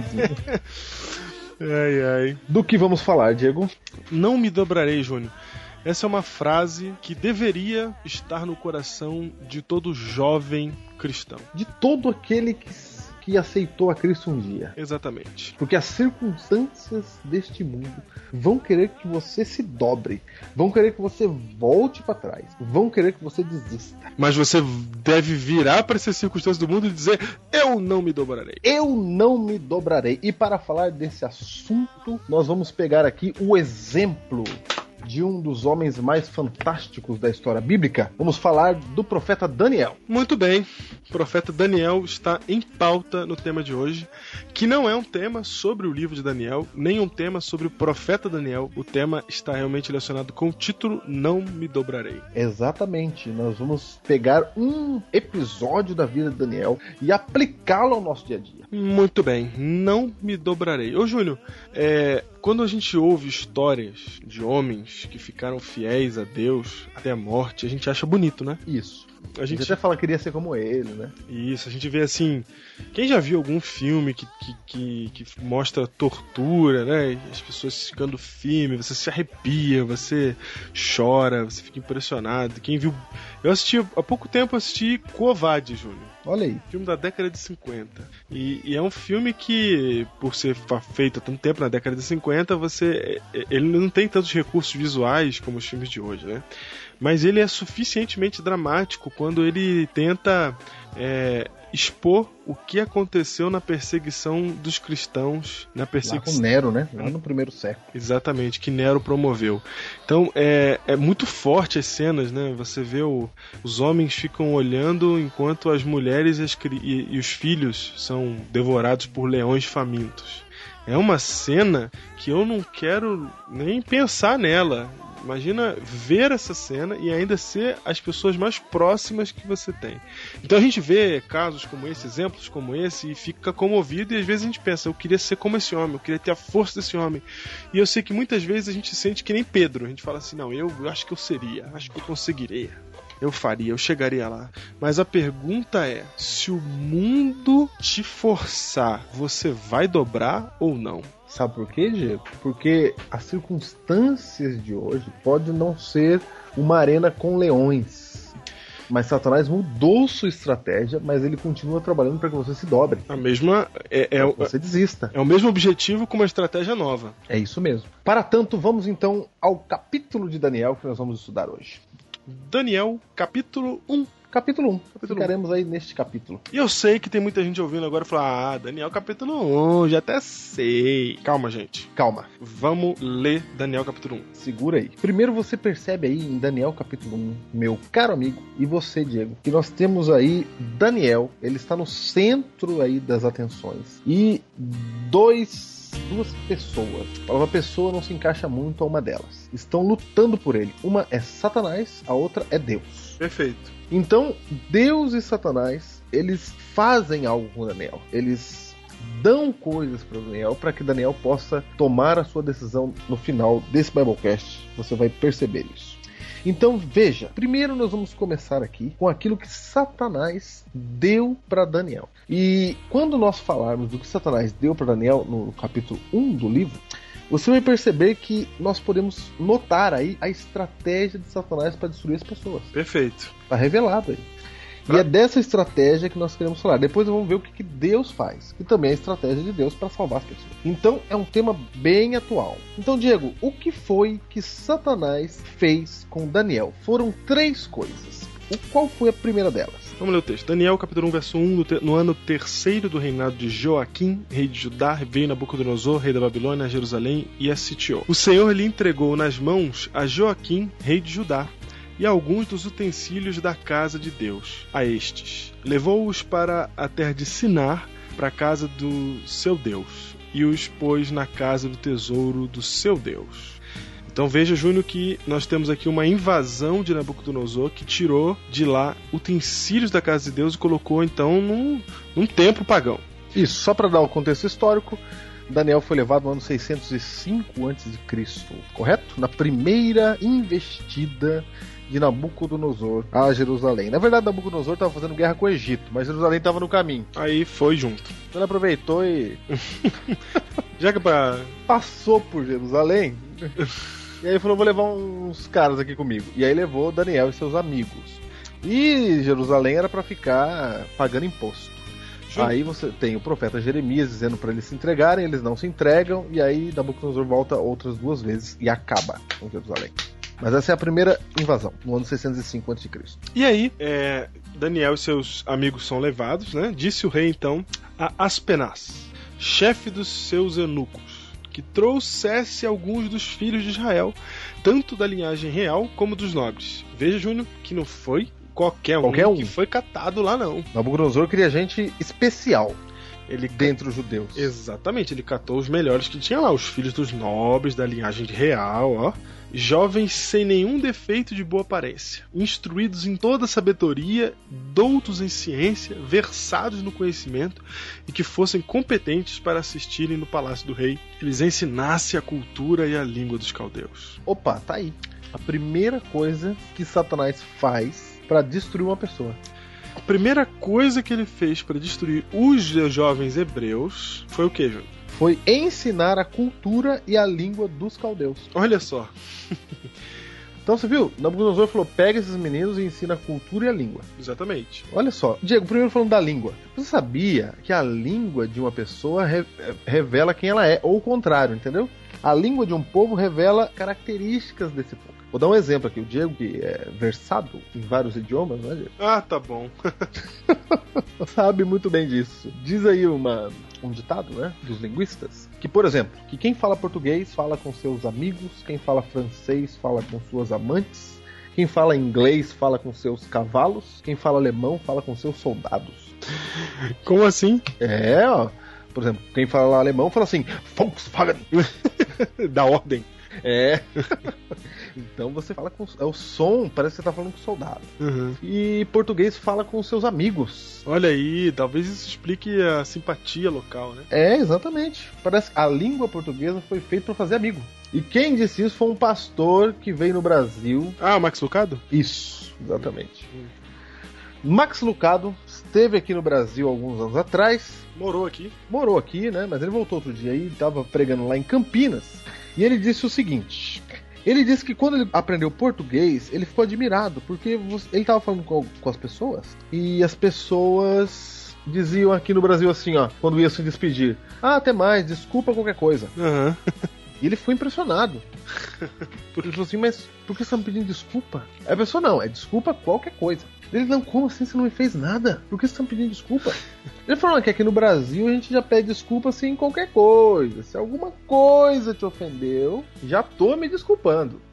Ai, ai. Do que vamos falar, Diego? Não me dobrarei, Júnior. Essa é uma frase que deveria estar no coração de todo jovem cristão. De todo aquele que, que aceitou a Cristo um dia. Exatamente. Porque as circunstâncias deste mundo vão querer que você se dobre, vão querer que você volte para trás, vão querer que você desista. Mas você deve virar para essas circunstâncias do mundo e dizer: eu não me dobrarei. Eu não me dobrarei. E para falar desse assunto, nós vamos pegar aqui o exemplo de um dos homens mais fantásticos da história bíblica. Vamos falar do profeta Daniel. Muito bem, o profeta Daniel está em pauta no tema de hoje, que não é um tema sobre o livro de Daniel, nem um tema sobre o profeta Daniel. O tema está realmente relacionado com o título Não Me Dobrarei. Exatamente, nós vamos pegar um episódio da vida de Daniel e aplicá-lo ao nosso dia a dia. Muito bem, não me dobrarei. Ô Júnior, é, quando a gente ouve histórias de homens que ficaram fiéis a Deus até a morte, a gente acha bonito, né? Isso. A gente, a gente até fala que queria ser como ele, né? Isso, a gente vê assim... Quem já viu algum filme que, que, que, que mostra tortura, né? As pessoas ficando firmes, você se arrepia, você chora, você fica impressionado. Quem viu... Eu assisti, há pouco tempo, eu assisti Covarde, Júnior. Olha aí. Filme da década de cinquenta. E, e é um filme que, por ser feito há tanto tempo na década de cinquenta, você, ele não tem tantos recursos visuais como os filmes de hoje, né? Mas ele é suficientemente dramático quando ele tenta é, expor o que aconteceu na perseguição dos cristãos, na perseguição... Lá com Nero, né? Lá no primeiro século. Exatamente, que Nero promoveu. Então é, é muito forte as cenas, né? Você vê o, os homens ficam olhando enquanto as mulheres e, as, e, e os filhos são devorados por leões famintos. É uma cena que eu não quero nem pensar nela. Imagina ver essa cena e ainda ser as pessoas mais próximas que você tem. Então a gente vê casos como esse, exemplos como esse, e fica comovido, e às vezes a gente pensa: eu queria ser como esse homem, eu queria ter a força desse homem. E eu sei que muitas vezes a gente sente que nem Pedro. A gente fala assim: não, eu acho que eu seria, acho que eu conseguiria, eu faria, eu chegaria lá. Mas a pergunta é: se o mundo te forçar, você vai dobrar ou não? Sabe por quê, Diego? Porque as circunstâncias de hoje podem não ser uma arena com leões. Mas Satanás mudou sua estratégia, mas ele continua trabalhando para que você se dobre. A mesma... É, é, que você desista. É o mesmo objetivo com uma estratégia nova. É isso mesmo. Para tanto, vamos então ao capítulo de Daniel que nós vamos estudar hoje. Daniel, capítulo um. Capítulo um. Capítulo Ficaremos um. aí neste capítulo. E eu sei que tem muita gente ouvindo agora e falar: ah, Daniel capítulo um, já até sei. Calma, gente. Calma. Vamos ler Daniel capítulo um. Segura aí. Primeiro você percebe aí em Daniel capítulo um, meu caro amigo, e você, Diego, que nós temos aí Daniel, ele está no centro aí das atenções. E dois... duas pessoas. A palavra pessoa não se encaixa muito a uma delas. Estão lutando por ele. Uma é Satanás, a outra é Deus. Perfeito. Então, Deus e Satanás, eles fazem algo com Daniel. Eles dão coisas para Daniel para que Daniel possa tomar a sua decisão no final desse Biblecast. Você vai perceber isso. Então veja, primeiro nós vamos começar aqui com aquilo que Satanás deu para Daniel. E quando nós falarmos do que Satanás deu para Daniel no capítulo um do livro, você vai perceber que nós podemos notar aí a estratégia de Satanás para destruir as pessoas. Perfeito. Está revelado aí. E é dessa estratégia que nós queremos falar. Depois vamos ver o que, que Deus faz, que também é a estratégia de Deus para salvar as pessoas. Então é um tema bem atual. Então, Diego, o que foi que Satanás fez com Daniel? Foram três coisas. O qual foi a primeira delas? Vamos ler o texto. Daniel, capítulo um, verso um. No, te- no ano terceiro do reinado de Joaquim, rei de Judá, veio Nabucodonosor, rei da Babilônia, a Jerusalém e a sitiou. O Senhor lhe entregou nas mãos a Joaquim, rei de Judá, e alguns dos utensílios da casa de Deus, a estes. Levou-os para a terra de Sinar, para a casa do seu Deus, e os pôs na casa do tesouro do seu Deus. Então veja, Júnior, que nós temos aqui uma invasão de Nabucodonosor que tirou de lá utensílios da casa de Deus e colocou então num, num templo pagão. Isso, só para dar o contexto histórico, Daniel foi levado no ano seiscentos e cinco antes de Cristo, correto? Na primeira investida de Nabucodonosor a Jerusalém. Na verdade, Nabucodonosor estava fazendo guerra com o Egito, mas Jerusalém estava no caminho. Aí foi junto. Então ele aproveitou e Já que é pra... passou por Jerusalém. E aí falou, vou levar uns caras aqui comigo. E aí levou Daniel e seus amigos. E Jerusalém era para ficar pagando imposto. Sim. Aí você tem o profeta Jeremias dizendo para eles se entregarem, eles não se entregam, e aí Nabucodonosor volta outras duas vezes e acaba com Jerusalém. Mas essa é a primeira invasão, no ano seiscentos e cinco antes de Cristo. E aí, é, Daniel e seus amigos são levados, né? Disse o rei então a Aspenaz, chefe dos seus eunucos, que trouxesse alguns dos filhos de Israel, tanto da linhagem real como dos nobres. Veja, Júnior, que não foi qualquer um, qualquer um que foi catado lá, não. Nabucodonosor queria gente especial. Ele dentre os judeus. Exatamente, ele catou os melhores que tinha lá, os filhos dos nobres, da linhagem real, ó. Jovens sem nenhum defeito de boa aparência, instruídos em toda sabedoria, doutos em ciência, versados no conhecimento e que fossem competentes para assistirem no palácio do rei, que lhes ensinasse a cultura e a língua dos caldeus. Opa, tá aí. A primeira coisa que Satanás faz para destruir uma pessoa. A primeira coisa que ele fez para destruir os jovens hebreus foi o que, Júlio? Foi ensinar a cultura e a língua dos caldeus. Olha só. Então você viu? Nabucodonosor falou, pega esses meninos e ensina a cultura e a língua. Exatamente. Olha só. Diego, primeiro falando da língua. Você sabia que a língua de uma pessoa re- revela quem ela é, ou o contrário, entendeu? A língua de um povo revela características desse povo. Vou dar um exemplo aqui. O Diego, que é versado em vários idiomas, né, Diego? Ah, tá bom. Sabe muito bem disso. Diz aí uma, um ditado, né, dos linguistas, que, por exemplo, que quem fala português fala com seus amigos, quem fala francês fala com suas amantes, quem fala inglês fala com seus cavalos, quem fala alemão fala com seus soldados. Como assim? É, ó. Por exemplo, quem fala alemão fala assim, Volkswagen. Da ordem. É. Então você fala com... É o som, parece que você tá falando com soldado. Uhum. E português fala com seus amigos. Olha aí, talvez isso explique a simpatia local, né? É, exatamente. Parece que a língua portuguesa foi feita para fazer amigo. E quem disse isso foi um pastor que veio no Brasil. Ah, o Max Lucado? Isso, exatamente. Hum. Max Lucado esteve aqui no Brasil alguns anos atrás. Morou aqui. Morou aqui, né? Mas ele voltou outro dia aí, estava pregando lá em Campinas. E ele disse o seguinte... Ele disse que quando ele aprendeu português, ele ficou admirado, porque ele estava falando com, com as pessoas, e as pessoas diziam aqui no Brasil assim, ó, quando ia se despedir, ah, até mais, desculpa qualquer coisa. Uhum. E ele foi impressionado. Ele falou assim, mas por que você está me pedindo desculpa? Aí a pessoa, não, é desculpa qualquer coisa. Ele, não, como assim você não me fez nada? Por que você está me pedindo desculpa? Ele falou que aqui no Brasil a gente já pede desculpa assim em qualquer coisa. Se alguma coisa te ofendeu, já tô me desculpando.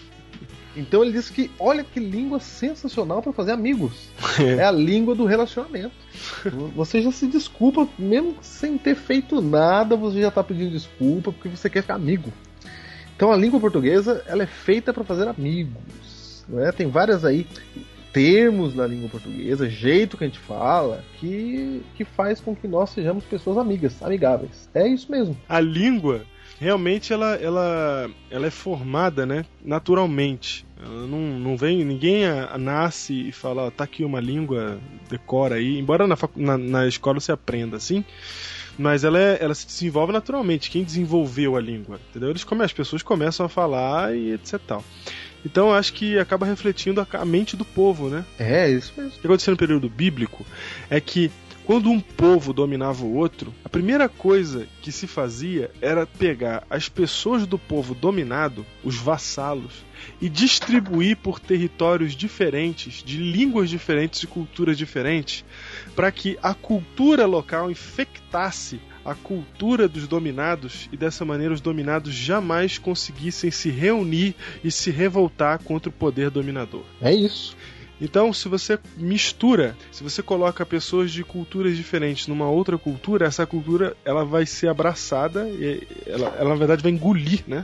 Então ele disse que, olha que língua sensacional para fazer amigos. É a língua do relacionamento. Você já se desculpa, mesmo sem ter feito nada, você já tá pedindo desculpa porque você quer ficar amigo. Então a língua portuguesa, ela é feita para fazer amigos, não é? Tem várias aí termos na língua portuguesa, jeito que a gente fala, que, que faz com que nós sejamos pessoas amigas, amigáveis. É isso mesmo. A língua, realmente, ela, ela, ela é formada, né, naturalmente. Ela não, não vem, ninguém a, a nasce e fala, ó, tá aqui uma língua, decora aí. Embora na, na, na escola você aprenda assim, mas ela, é, ela se desenvolve naturalmente. Quem desenvolveu a língua, entendeu? Eles come, as pessoas começam a falar e etc tal. Então eu acho que acaba refletindo a, a mente do povo, né? É, isso mesmo. O que aconteceu no período bíblico é que quando um povo dominava o outro, a primeira coisa que se fazia era pegar as pessoas do povo dominado, os vassalos, e distribuir por territórios diferentes, de línguas diferentes e culturas diferentes, para que a cultura local infectasse a cultura dos dominados e dessa maneira os dominados jamais conseguissem se reunir e se revoltar contra o poder dominador. É isso. Então, se você mistura, se você coloca pessoas de culturas diferentes numa outra cultura, essa cultura ela vai ser abraçada, e ela, ela na verdade vai engolir, né?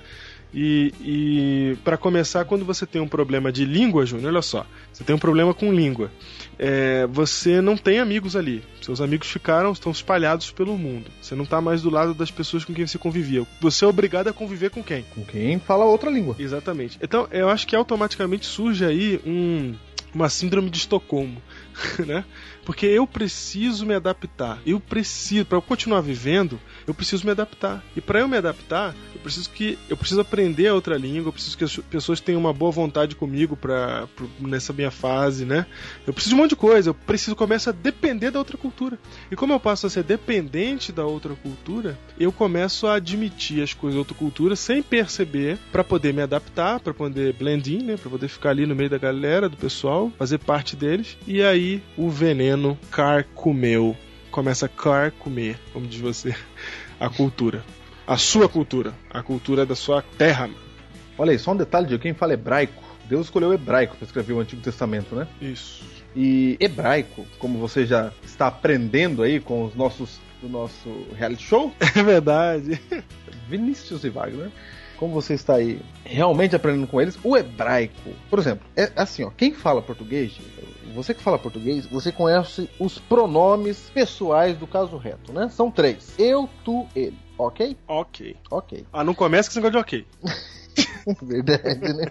E, e para começar, quando você tem um problema de língua, Júnior, olha só, você tem um problema com língua, é, você não tem amigos ali, seus amigos ficaram, estão espalhados pelo mundo, você não está mais do lado das pessoas com quem você convivia, você é obrigado a conviver com quem? Com quem fala outra língua. Exatamente. Então, eu acho que automaticamente surge aí um, uma síndrome de Estocolmo, né? Porque eu preciso me adaptar. Eu preciso, para eu continuar vivendo, eu preciso me adaptar. E para eu me adaptar, eu preciso que eu preciso aprender a outra língua, eu preciso que as pessoas tenham uma boa vontade comigo pra, pra, nessa minha fase, né? Eu preciso de um monte de coisa. Eu preciso começar a depender da outra cultura. E como eu passo a ser dependente da outra cultura, eu começo a admitir as coisas da outra cultura sem perceber, para poder me adaptar, para poder blend in, né? Para poder ficar ali no meio da galera, do pessoal, fazer parte deles. E aí o veneno carcomeu, começa a carcomer, como diz você, a cultura, a sua cultura, a cultura da sua terra. Olha aí, só um detalhe de quem fala hebraico. Deus escolheu o hebraico para escrever o Antigo Testamento, né? Isso. E hebraico, como você já está aprendendo aí com os nossos do nosso reality show, é verdade. Vinícius e Wagner, como você está aí realmente aprendendo com eles, o hebraico, por exemplo, é assim, ó, quem fala português, você que fala português, você conhece os pronomes pessoais do caso reto, né? São três. Eu, tu, ele. Ok? Ok. Ok. Ah, não começa com esse negócio de ok. Verdade, né?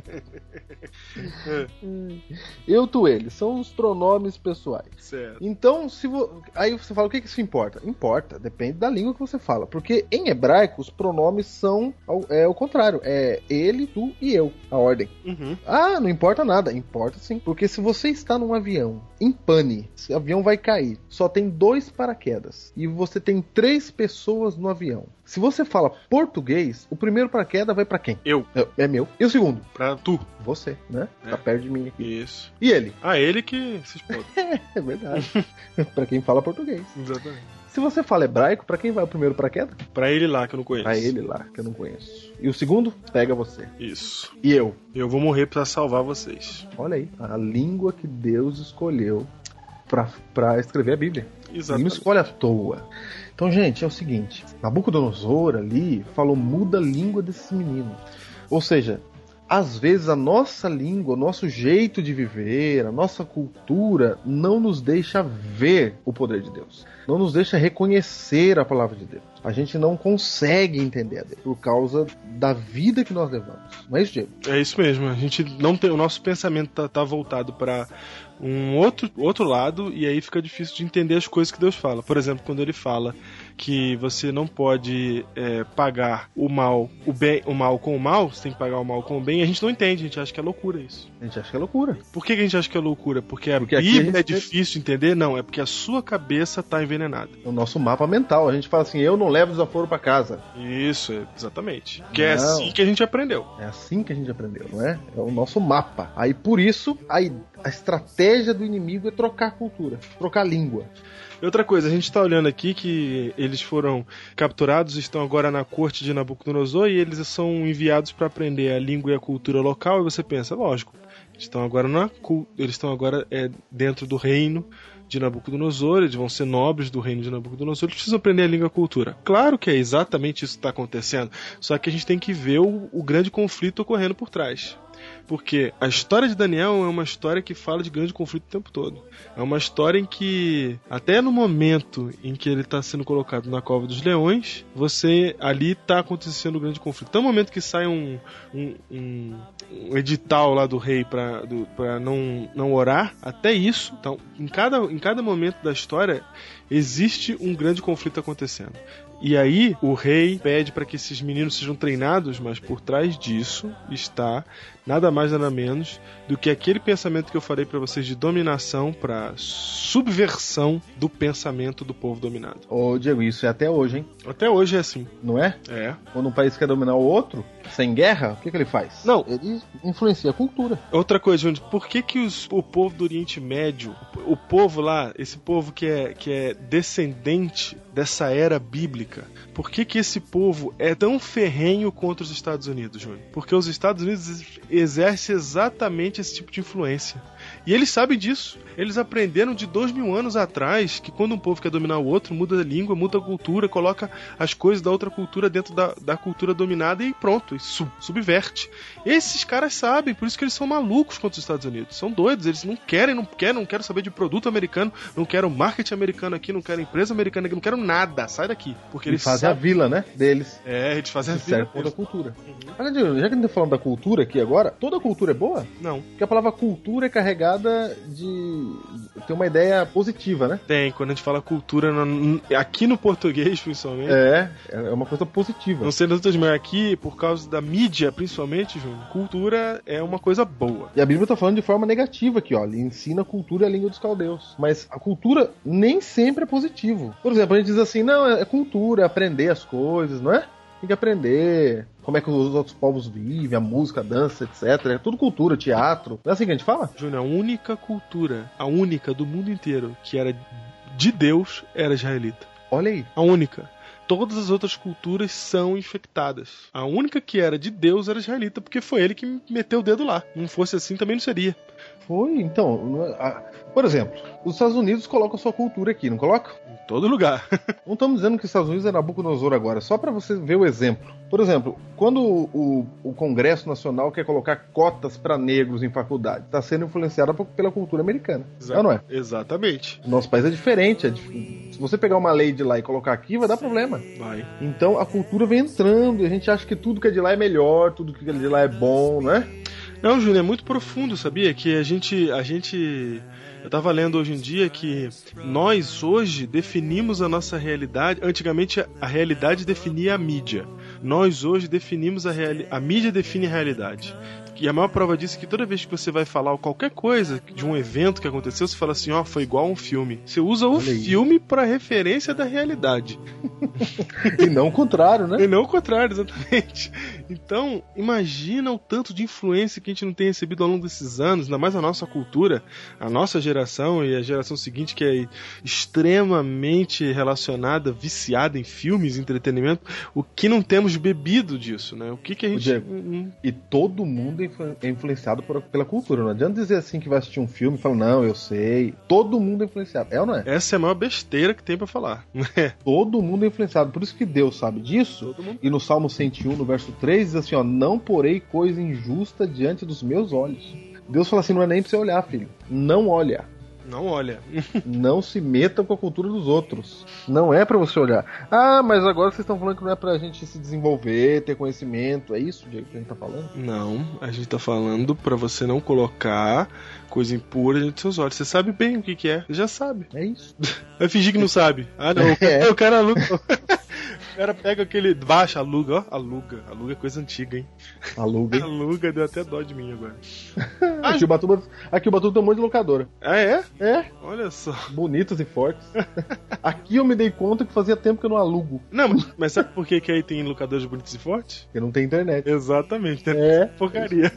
Eu, tu, ele. São os pronomes pessoais. Certo. Então, se vo... aí você fala, o que que isso importa? Importa, depende da língua que você fala. Porque em hebraico, os pronomes são ao, é, o contrário. É ele, tu e eu, a ordem. Uhum. Ah, não importa nada. Importa sim. Porque se você está num avião, em pane, se o avião vai cair, só tem dois paraquedas, e você tem três pessoas no avião. Se você fala português, o primeiro paraquedas vai pra quem? Eu. É, é meu. E o segundo? Pra tu. Você, né? É. Tá perto de mim aqui. Isso. E ele? Ah, ele que se explode. É verdade. Pra quem fala português. Exatamente. Se você fala hebraico, pra quem vai o primeiro paraquedas? Pra ele lá, que eu não conheço. Pra ele lá, que eu não conheço. E o segundo? Pega você. Isso. E eu? Eu vou morrer pra salvar vocês. Olha aí, a língua que Deus escolheu pra, pra escrever a Bíblia. Exatamente. Ele não escolhe à toa. Então, gente, é o seguinte, Nabucodonosor ali falou, muda a língua desses meninos. Ou seja, às vezes a nossa língua, o nosso jeito de viver, a nossa cultura não nos deixa ver o poder de Deus. Não nos deixa reconhecer a palavra de Deus. A gente não consegue entender a Deus por causa da vida que nós levamos. Não é isso, Diego? É isso mesmo. A gente não tem, o nosso pensamento tá, tá voltado para um outro, outro lado, e aí fica difícil de entender as coisas que Deus fala. Por exemplo, quando ele fala que você não pode é, pagar o mal, o bem, o mal com o mal, você tem que pagar o mal com o bem, a gente não entende, a gente acha que é loucura isso. A gente acha que é loucura. Por que, que a gente acha que é loucura? Porque a Porque Bíblia aqui a é gente- difícil de entender? Não, é porque a sua cabeça tá envenenada. É o nosso mapa mental. A gente fala assim, eu não levo desaforo pra casa. Isso, é, exatamente. Que é Não. assim que a gente aprendeu. É assim que a gente aprendeu, não é? É o nosso mapa. Aí por isso, a, a estratégia do inimigo é trocar a cultura, trocar a língua. E outra coisa, a gente está olhando aqui que eles foram capturados, estão agora na corte de Nabucodonosor e eles são enviados para aprender a língua e a cultura local. E você pensa, lógico, eles estão agora, na, eles estão agora é, dentro do reino de Nabucodonosor, eles vão ser nobres do reino de Nabucodonosor, eles precisam aprender a língua e a cultura. Claro que é exatamente isso que está acontecendo, só que a gente tem que ver o, o grande conflito ocorrendo por trás. Porque a história de Daniel é uma história que fala de grande conflito o tempo todo. É uma história em que, até no momento em que ele está sendo colocado na cova dos leões, você ali está acontecendo um grande conflito. Até o momento que sai um, um, um, um edital lá do rei para não, não orar, até isso, então, em cada, em cada momento da história, existe um grande conflito acontecendo. E aí o rei pede para que esses meninos sejam treinados, mas por trás disso está nada mais nada menos do que aquele pensamento que eu falei para vocês de dominação para subversão do pensamento do povo dominado. Ô, Diego, isso é até hoje, hein? Até hoje é assim. Não é? É. Quando um país quer dominar o outro, sem guerra, o que, que ele faz? Não. Ele influencia a cultura. Outra coisa, Júnior, por que que os, o povo do Oriente Médio, o povo lá, esse povo que é, que é descendente dessa era bíblica, por que que esse povo é tão ferrenho contra os Estados Unidos, Júnior? Porque os Estados Unidos exercem exatamente esse tipo de influência. E eles sabem disso. Eles aprenderam de dois mil anos atrás que quando um povo quer dominar o outro, muda a língua, muda a cultura, coloca as coisas da outra cultura dentro da, da cultura dominada e pronto, e sub, subverte. Esses caras sabem, por isso que eles são malucos contra os Estados Unidos. São doidos, eles não querem, não querem, não querem saber de produto americano, não querem marketing americano aqui, não querem empresa americana aqui, não querem nada, sai daqui. Porque eles, eles fazem sabem... a vila, né, deles. É, eles fazem a vila. vila. Serve da cultura. Uhum. Já que a gente tá falando da cultura aqui agora, toda cultura é boa? Não. Porque a palavra cultura é carregada de... tem uma ideia positiva, né? Tem, quando a gente fala cultura, aqui no português, principalmente. É, é uma coisa positiva. Não sei nas outras, mas aqui, por causa da mídia, principalmente, Júnior, cultura é uma coisa boa. E a Bíblia tá falando de forma negativa aqui, ó. Ele ensina a cultura e a língua dos caldeus. Mas a cultura nem sempre é positivo. Por exemplo, a gente diz assim, não, é cultura, é aprender as coisas, não é? Tem que aprender como é que os outros povos vivem, a música, a dança, etcétera. É tudo cultura, teatro. Não é assim que a gente fala? Júnior, a única cultura, a única do mundo inteiro que era de Deus era israelita. Olha aí. A única. Todas as outras culturas são infectadas. A única que era de Deus era israelita, porque foi ele que meteu o dedo lá. Não fosse assim, também não seria. Foi, então... A... Por exemplo, os Estados Unidos colocam a sua cultura aqui, não colocam? Em todo lugar. Não estamos dizendo que os Estados Unidos é Nabucodonosor agora, só para você ver o exemplo. Por exemplo, quando o, o Congresso Nacional quer colocar cotas para negros em faculdade, está sendo influenciado pela cultura americana. Exato. Não é? Exatamente. Nosso país é diferente, é dif... Se você pegar uma lei de lá e colocar aqui, vai dar problema. Vai. Então a cultura vem entrando e a gente acha que tudo que é de lá é melhor, tudo que é de lá é bom, não é? Não, Júnior, é muito profundo, sabia? Que a gente... A gente... Eu tava lendo hoje em dia que nós hoje definimos a nossa realidade. Antigamente a realidade definia a mídia. Nós hoje definimos a realidade. A mídia define a realidade. E a maior prova disso é que toda vez que você vai falar qualquer coisa de um evento que aconteceu, você fala assim, ó, oh, foi igual a um filme. Você usa o filme para referência da realidade. E não o contrário, né? E não o contrário, exatamente. Então, imagina o tanto de influência que a gente não tem recebido ao longo desses anos, ainda mais a nossa cultura, a nossa geração e a geração seguinte, que é extremamente relacionada, viciada em filmes, entretenimento, o que não temos bebido disso, né? O que que a gente... Diego, hum, e todo mundo é influenciado por, pela cultura. Não adianta dizer assim que vai assistir um filme e falar, não, eu sei. Todo mundo é influenciado. É ou não é? Essa é a maior besteira que tem pra falar. Todo mundo é influenciado. Por isso que Deus sabe disso. E no Salmo cento e um, no verso três, diz assim, ó, não porei coisa injusta diante dos meus olhos. Deus fala assim, não é nem pra você olhar, filho. Não olha. Não olha. Não se meta com a cultura dos outros. Não é pra você olhar. Ah, mas agora vocês estão falando que não é pra gente se desenvolver, ter conhecimento. É isso, Diego, que a gente tá falando? Não, a gente tá falando pra você não colocar coisa impura diante dos seus olhos. Você sabe bem o que que é. Você já sabe. É isso. Vai fingir que não sabe. Ah, não. É. O cara aluga. O cara pega aquele... Baixa, aluga, ó. Aluga. Aluga é coisa antiga, hein? Aluga, hein? Aluga, deu até dó de mim agora. Aqui o Batuba, aqui o Batuba tem um monte de locadora. Ah, é? É. Olha só. Bonitas e fortes. Aqui eu me dei conta que fazia tempo que eu não alugo. Não, mas, mas sabe por que, que aí tem locadoras bonitas e fortes? Porque não tem internet. Exatamente. Tem é. Porcaria.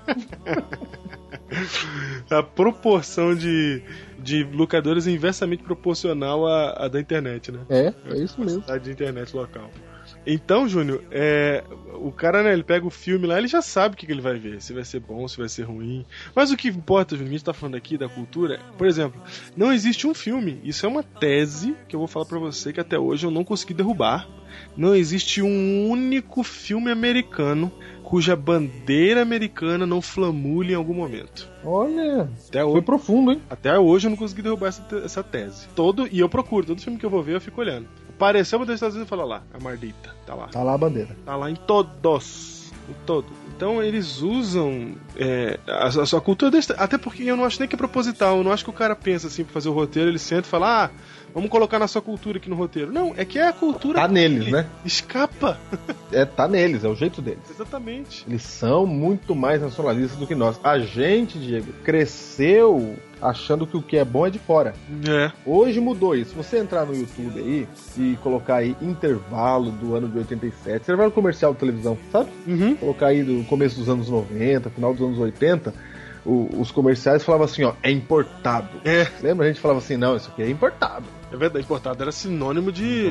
A proporção de, de locadoras é inversamente proporcional à, à da internet, né? É, é isso mesmo. A de internet local. Então, Júnior, é, o cara, né, ele pega o filme lá, ele já sabe o que, que ele vai ver, se vai ser bom, se vai ser ruim. Mas o que importa, Júnior, a gente tá falando aqui da cultura, por exemplo, não existe um filme, isso é uma tese que eu vou falar pra você que até hoje eu não consegui derrubar. Não existe um único filme americano cuja bandeira americana não flamule em algum momento. Olha, até foi hoje, profundo, hein? Até hoje eu não consegui derrubar essa, essa tese. Todo, e eu procuro, todo filme que eu vou ver eu fico olhando. Apareceu a bandeira dos Estados Unidos e fala lá, a Mardita, tá lá. Tá lá a bandeira. Tá lá em todos, em todo. Então eles usam é, a, a sua cultura, desse, até porque eu não acho nem que é proposital, eu não acho que o cara pensa assim pra fazer o roteiro, ele senta e fala, ah, vamos colocar na sua cultura aqui no roteiro. Não, é que é a cultura... Tá neles, né? Escapa. É, tá neles, é o jeito deles. Exatamente. Eles são muito mais nacionalistas do que nós. A gente, Diego, cresceu achando que o que é bom é de fora. É. Hoje mudou isso. Se você entrar no YouTube aí e colocar aí intervalo do ano de oitenta e sete, intervalo comercial de televisão, sabe? Uhum. Colocar aí do começo dos anos noventa, final dos anos oitenta... O, os comerciais falavam assim, ó, é importado. É. Lembra? A gente falava assim, não, isso aqui é importado. É verdade, importado era sinônimo de... Nossa.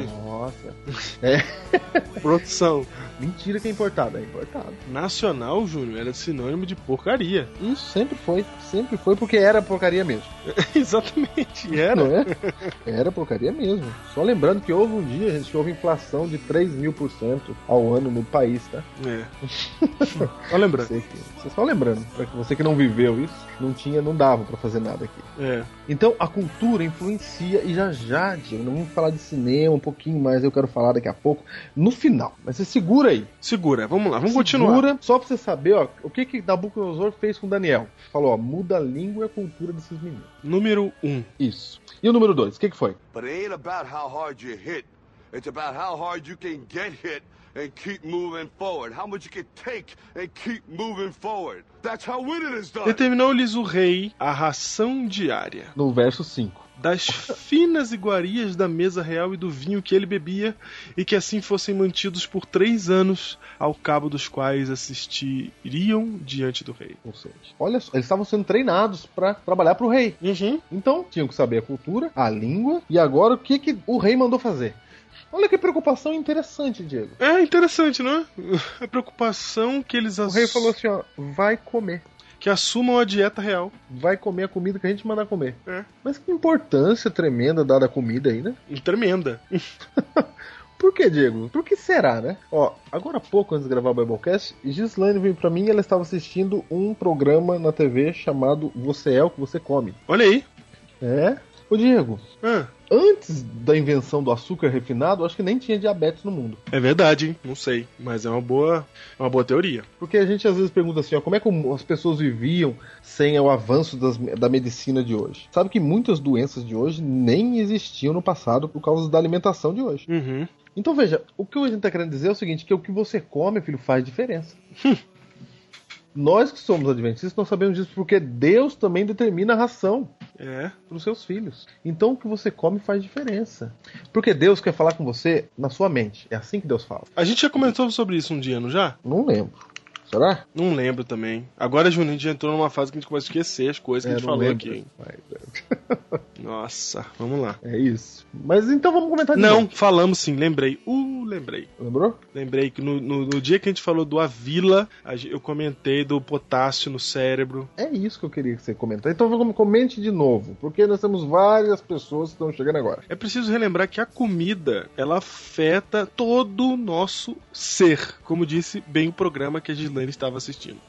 Croácia. É. Produção. Mentira que é importado, é importado. Nacional, Júnior, era sinônimo de porcaria. Isso sempre foi, sempre foi porque era porcaria mesmo. Exatamente, era. Não é? Era porcaria mesmo. Só lembrando que houve um dia, a gente houve inflação de três mil por cento ao ano no país, tá? É. Só lembrando. Você, que, só lembrando, pra que você que não viveu isso, não tinha, não dava pra fazer nada aqui. É. Então a cultura influencia e já já, Diego, não vamos falar de cinema um pouquinho mais, eu quero falar daqui a pouco, no final. Mas você segura aí. Segura, vamos lá, vamos Segura, continuar. Só pra você saber, ó, o que que Nabucodonosor fez com Daniel. Falou, ó, muda a língua e a cultura desses meninos. Número um. Isso. E o número dois, o que que foi? But it ain't about how hard you hit. It's about how hard you can get hit and keep moving forward. How much you can take and keep moving forward. That's how winning is done. Determinou-lhes o rei a ração diária No verso cinco. das finas iguarias da mesa real e do vinho que ele bebia, e que assim fossem mantidos por três anos, ao cabo dos quais assistiriam diante do rei. Ou seja, olha só, eles estavam sendo treinados para trabalhar para o rei. Uhum. Então, tinham que saber a cultura, a língua, e agora o que, que o rei mandou fazer. Olha que preocupação interessante, Diego. É interessante, não é? A preocupação que eles O ass... rei falou assim, ó, vai comer. que assumam a dieta real. Vai comer a comida que a gente mandar comer. É. Mas que importância tremenda dada a comida aí, né? Tremenda. Por que, Diego? Por que será, né? Ó, agora há pouco, antes de gravar o Biblecast, Gislaine veio pra mim e ela estava assistindo um programa na T V chamado Você é o que você come. Olha aí. É? Ô, Diego, Ah, antes da invenção do açúcar refinado, acho que nem tinha diabetes no mundo. é verdade, hein? Não sei. Mas é uma boa, uma boa teoria. Porque a gente às vezes pergunta assim, ó, como é que as pessoas viviam sem o avanço das, da medicina de hoje? Sabe que muitas doenças de hoje nem existiam no passado por causa da alimentação de hoje. Uhum. Então veja, o que a gente está querendo dizer é o seguinte, que o que você come, filho, faz diferença. Nós que somos adventistas não sabemos disso porque Deus também determina a ração É. para os seus filhos. Então o que você come faz diferença. Porque Deus quer falar com você na sua mente. É assim que Deus fala. A gente já comentou sobre isso um dia, não já? Não lembro. Será? Não lembro também. Agora, Juninho, a gente entrou numa fase que a gente começa a esquecer as coisas que É, a gente não falou lembro. aqui, hein? Mas, Nossa, vamos lá. é isso. Mas então vamos comentar de Não, novo. falamos sim, lembrei. Uh, lembrei. Lembrou? Lembrei que no, no, no dia que a gente falou do Avila, a gen- eu comentei do potássio no cérebro. É isso que eu queria que você comentasse. Então vamos- comente de novo. Porque nós temos várias pessoas que estão chegando agora. É preciso relembrar que a comida, ela afeta todo o nosso ser, como disse bem o programa que a Gislaine estava assistindo.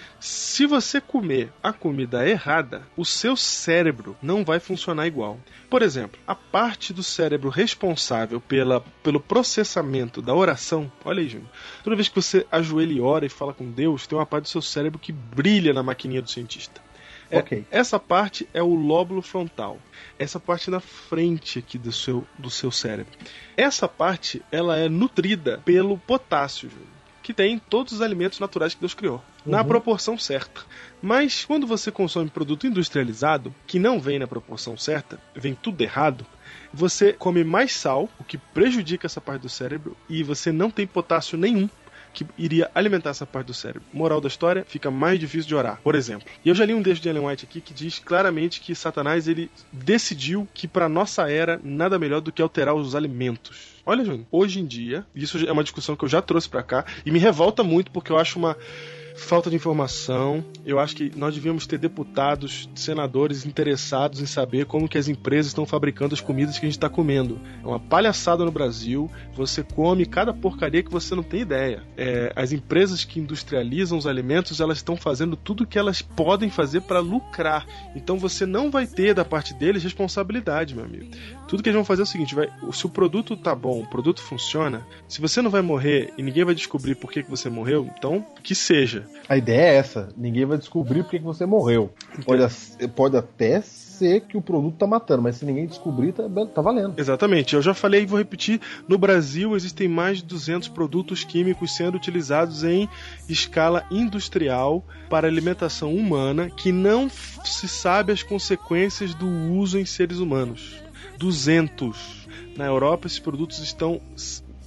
Se você comer a comida errada, o seu cérebro não vai funcionar igual. Por exemplo, a parte do cérebro responsável pela, pelo processamento da oração, olha aí, Júnior, toda vez que você ajoelha e ora e fala com Deus, tem uma parte do seu cérebro que brilha na maquininha do cientista. É, Ok. Essa parte é o lóbulo frontal. Essa parte na frente aqui do seu, do seu cérebro. Essa parte, ela é nutrida pelo potássio, Júnior, que tem em todos os alimentos naturais que Deus criou, na proporção certa. Mas quando você consome produto industrializado, que não vem na proporção certa, vem tudo errado, você come mais sal, o que prejudica essa parte do cérebro, e você não tem potássio nenhum que iria alimentar essa parte do cérebro. Moral da história, fica mais difícil de orar, por exemplo. E eu já li um texto de Ellen White aqui que diz claramente que Satanás ele decidiu que para nossa era nada melhor do que alterar os alimentos. Olha, Júnior, hoje em dia, isso é uma discussão que eu já trouxe pra cá e me revolta muito porque eu acho uma falta de informação. Eu acho que nós devíamos ter deputados, senadores interessados em saber como que as empresas estão fabricando as comidas que a gente está comendo. É uma palhaçada no Brasil. Você come cada porcaria que você não tem ideia. É, as empresas que industrializam os alimentos, elas estão fazendo tudo o que elas podem fazer para lucrar. Então você não vai ter da parte deles responsabilidade, meu amigo. Tudo que eles vão fazer é o seguinte, vai, se o produto tá bom, o produto funciona, se você não vai morrer e ninguém vai descobrir por que, que você morreu, então que seja. A ideia é essa. Ninguém vai descobrir por que que você morreu. Pode, pode até ser que o produto tá matando, mas se ninguém descobrir, tá, tá valendo. Exatamente. Eu já falei e vou repetir. No Brasil existem mais de duzentos produtos químicos sendo utilizados em escala industrial para alimentação humana que não f- se sabe as consequências do uso em seres humanos. duzentos. Na Europa esses produtos estão s-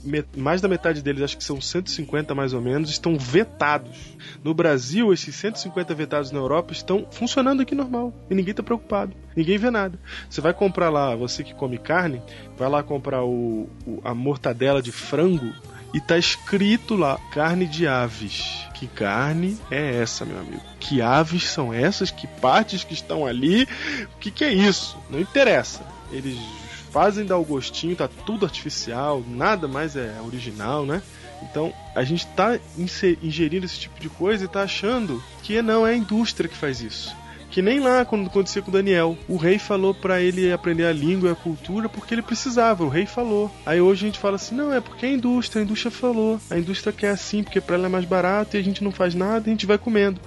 met- mais da metade deles, acho que são cento e cinquenta mais ou menos, estão vetados. No Brasil, esses cento e cinquenta vetados na Europa estão funcionando aqui normal. E ninguém tá preocupado. Ninguém vê nada. Você vai comprar lá, você que come carne, vai lá comprar o, o- a mortadela de frango e tá escrito lá, carne de aves. Que carne é essa, meu amigo? Que aves são essas? Que partes que estão ali? O que, que é isso? Não interessa. Eles fazem dar o gostinho, tá tudo artificial, nada mais é original, né? Então, a gente tá inse- ingerindo esse tipo de coisa e tá achando que não, é a indústria que faz isso. Que nem lá, quando acontecia com o Daniel. O rei falou pra ele aprender a língua e a cultura porque ele precisava, o rei falou. Aí hoje a gente fala assim, não, é porque a indústria, a indústria falou. A indústria quer assim, porque pra ela é mais barato e a gente não faz nada e a gente vai comendo.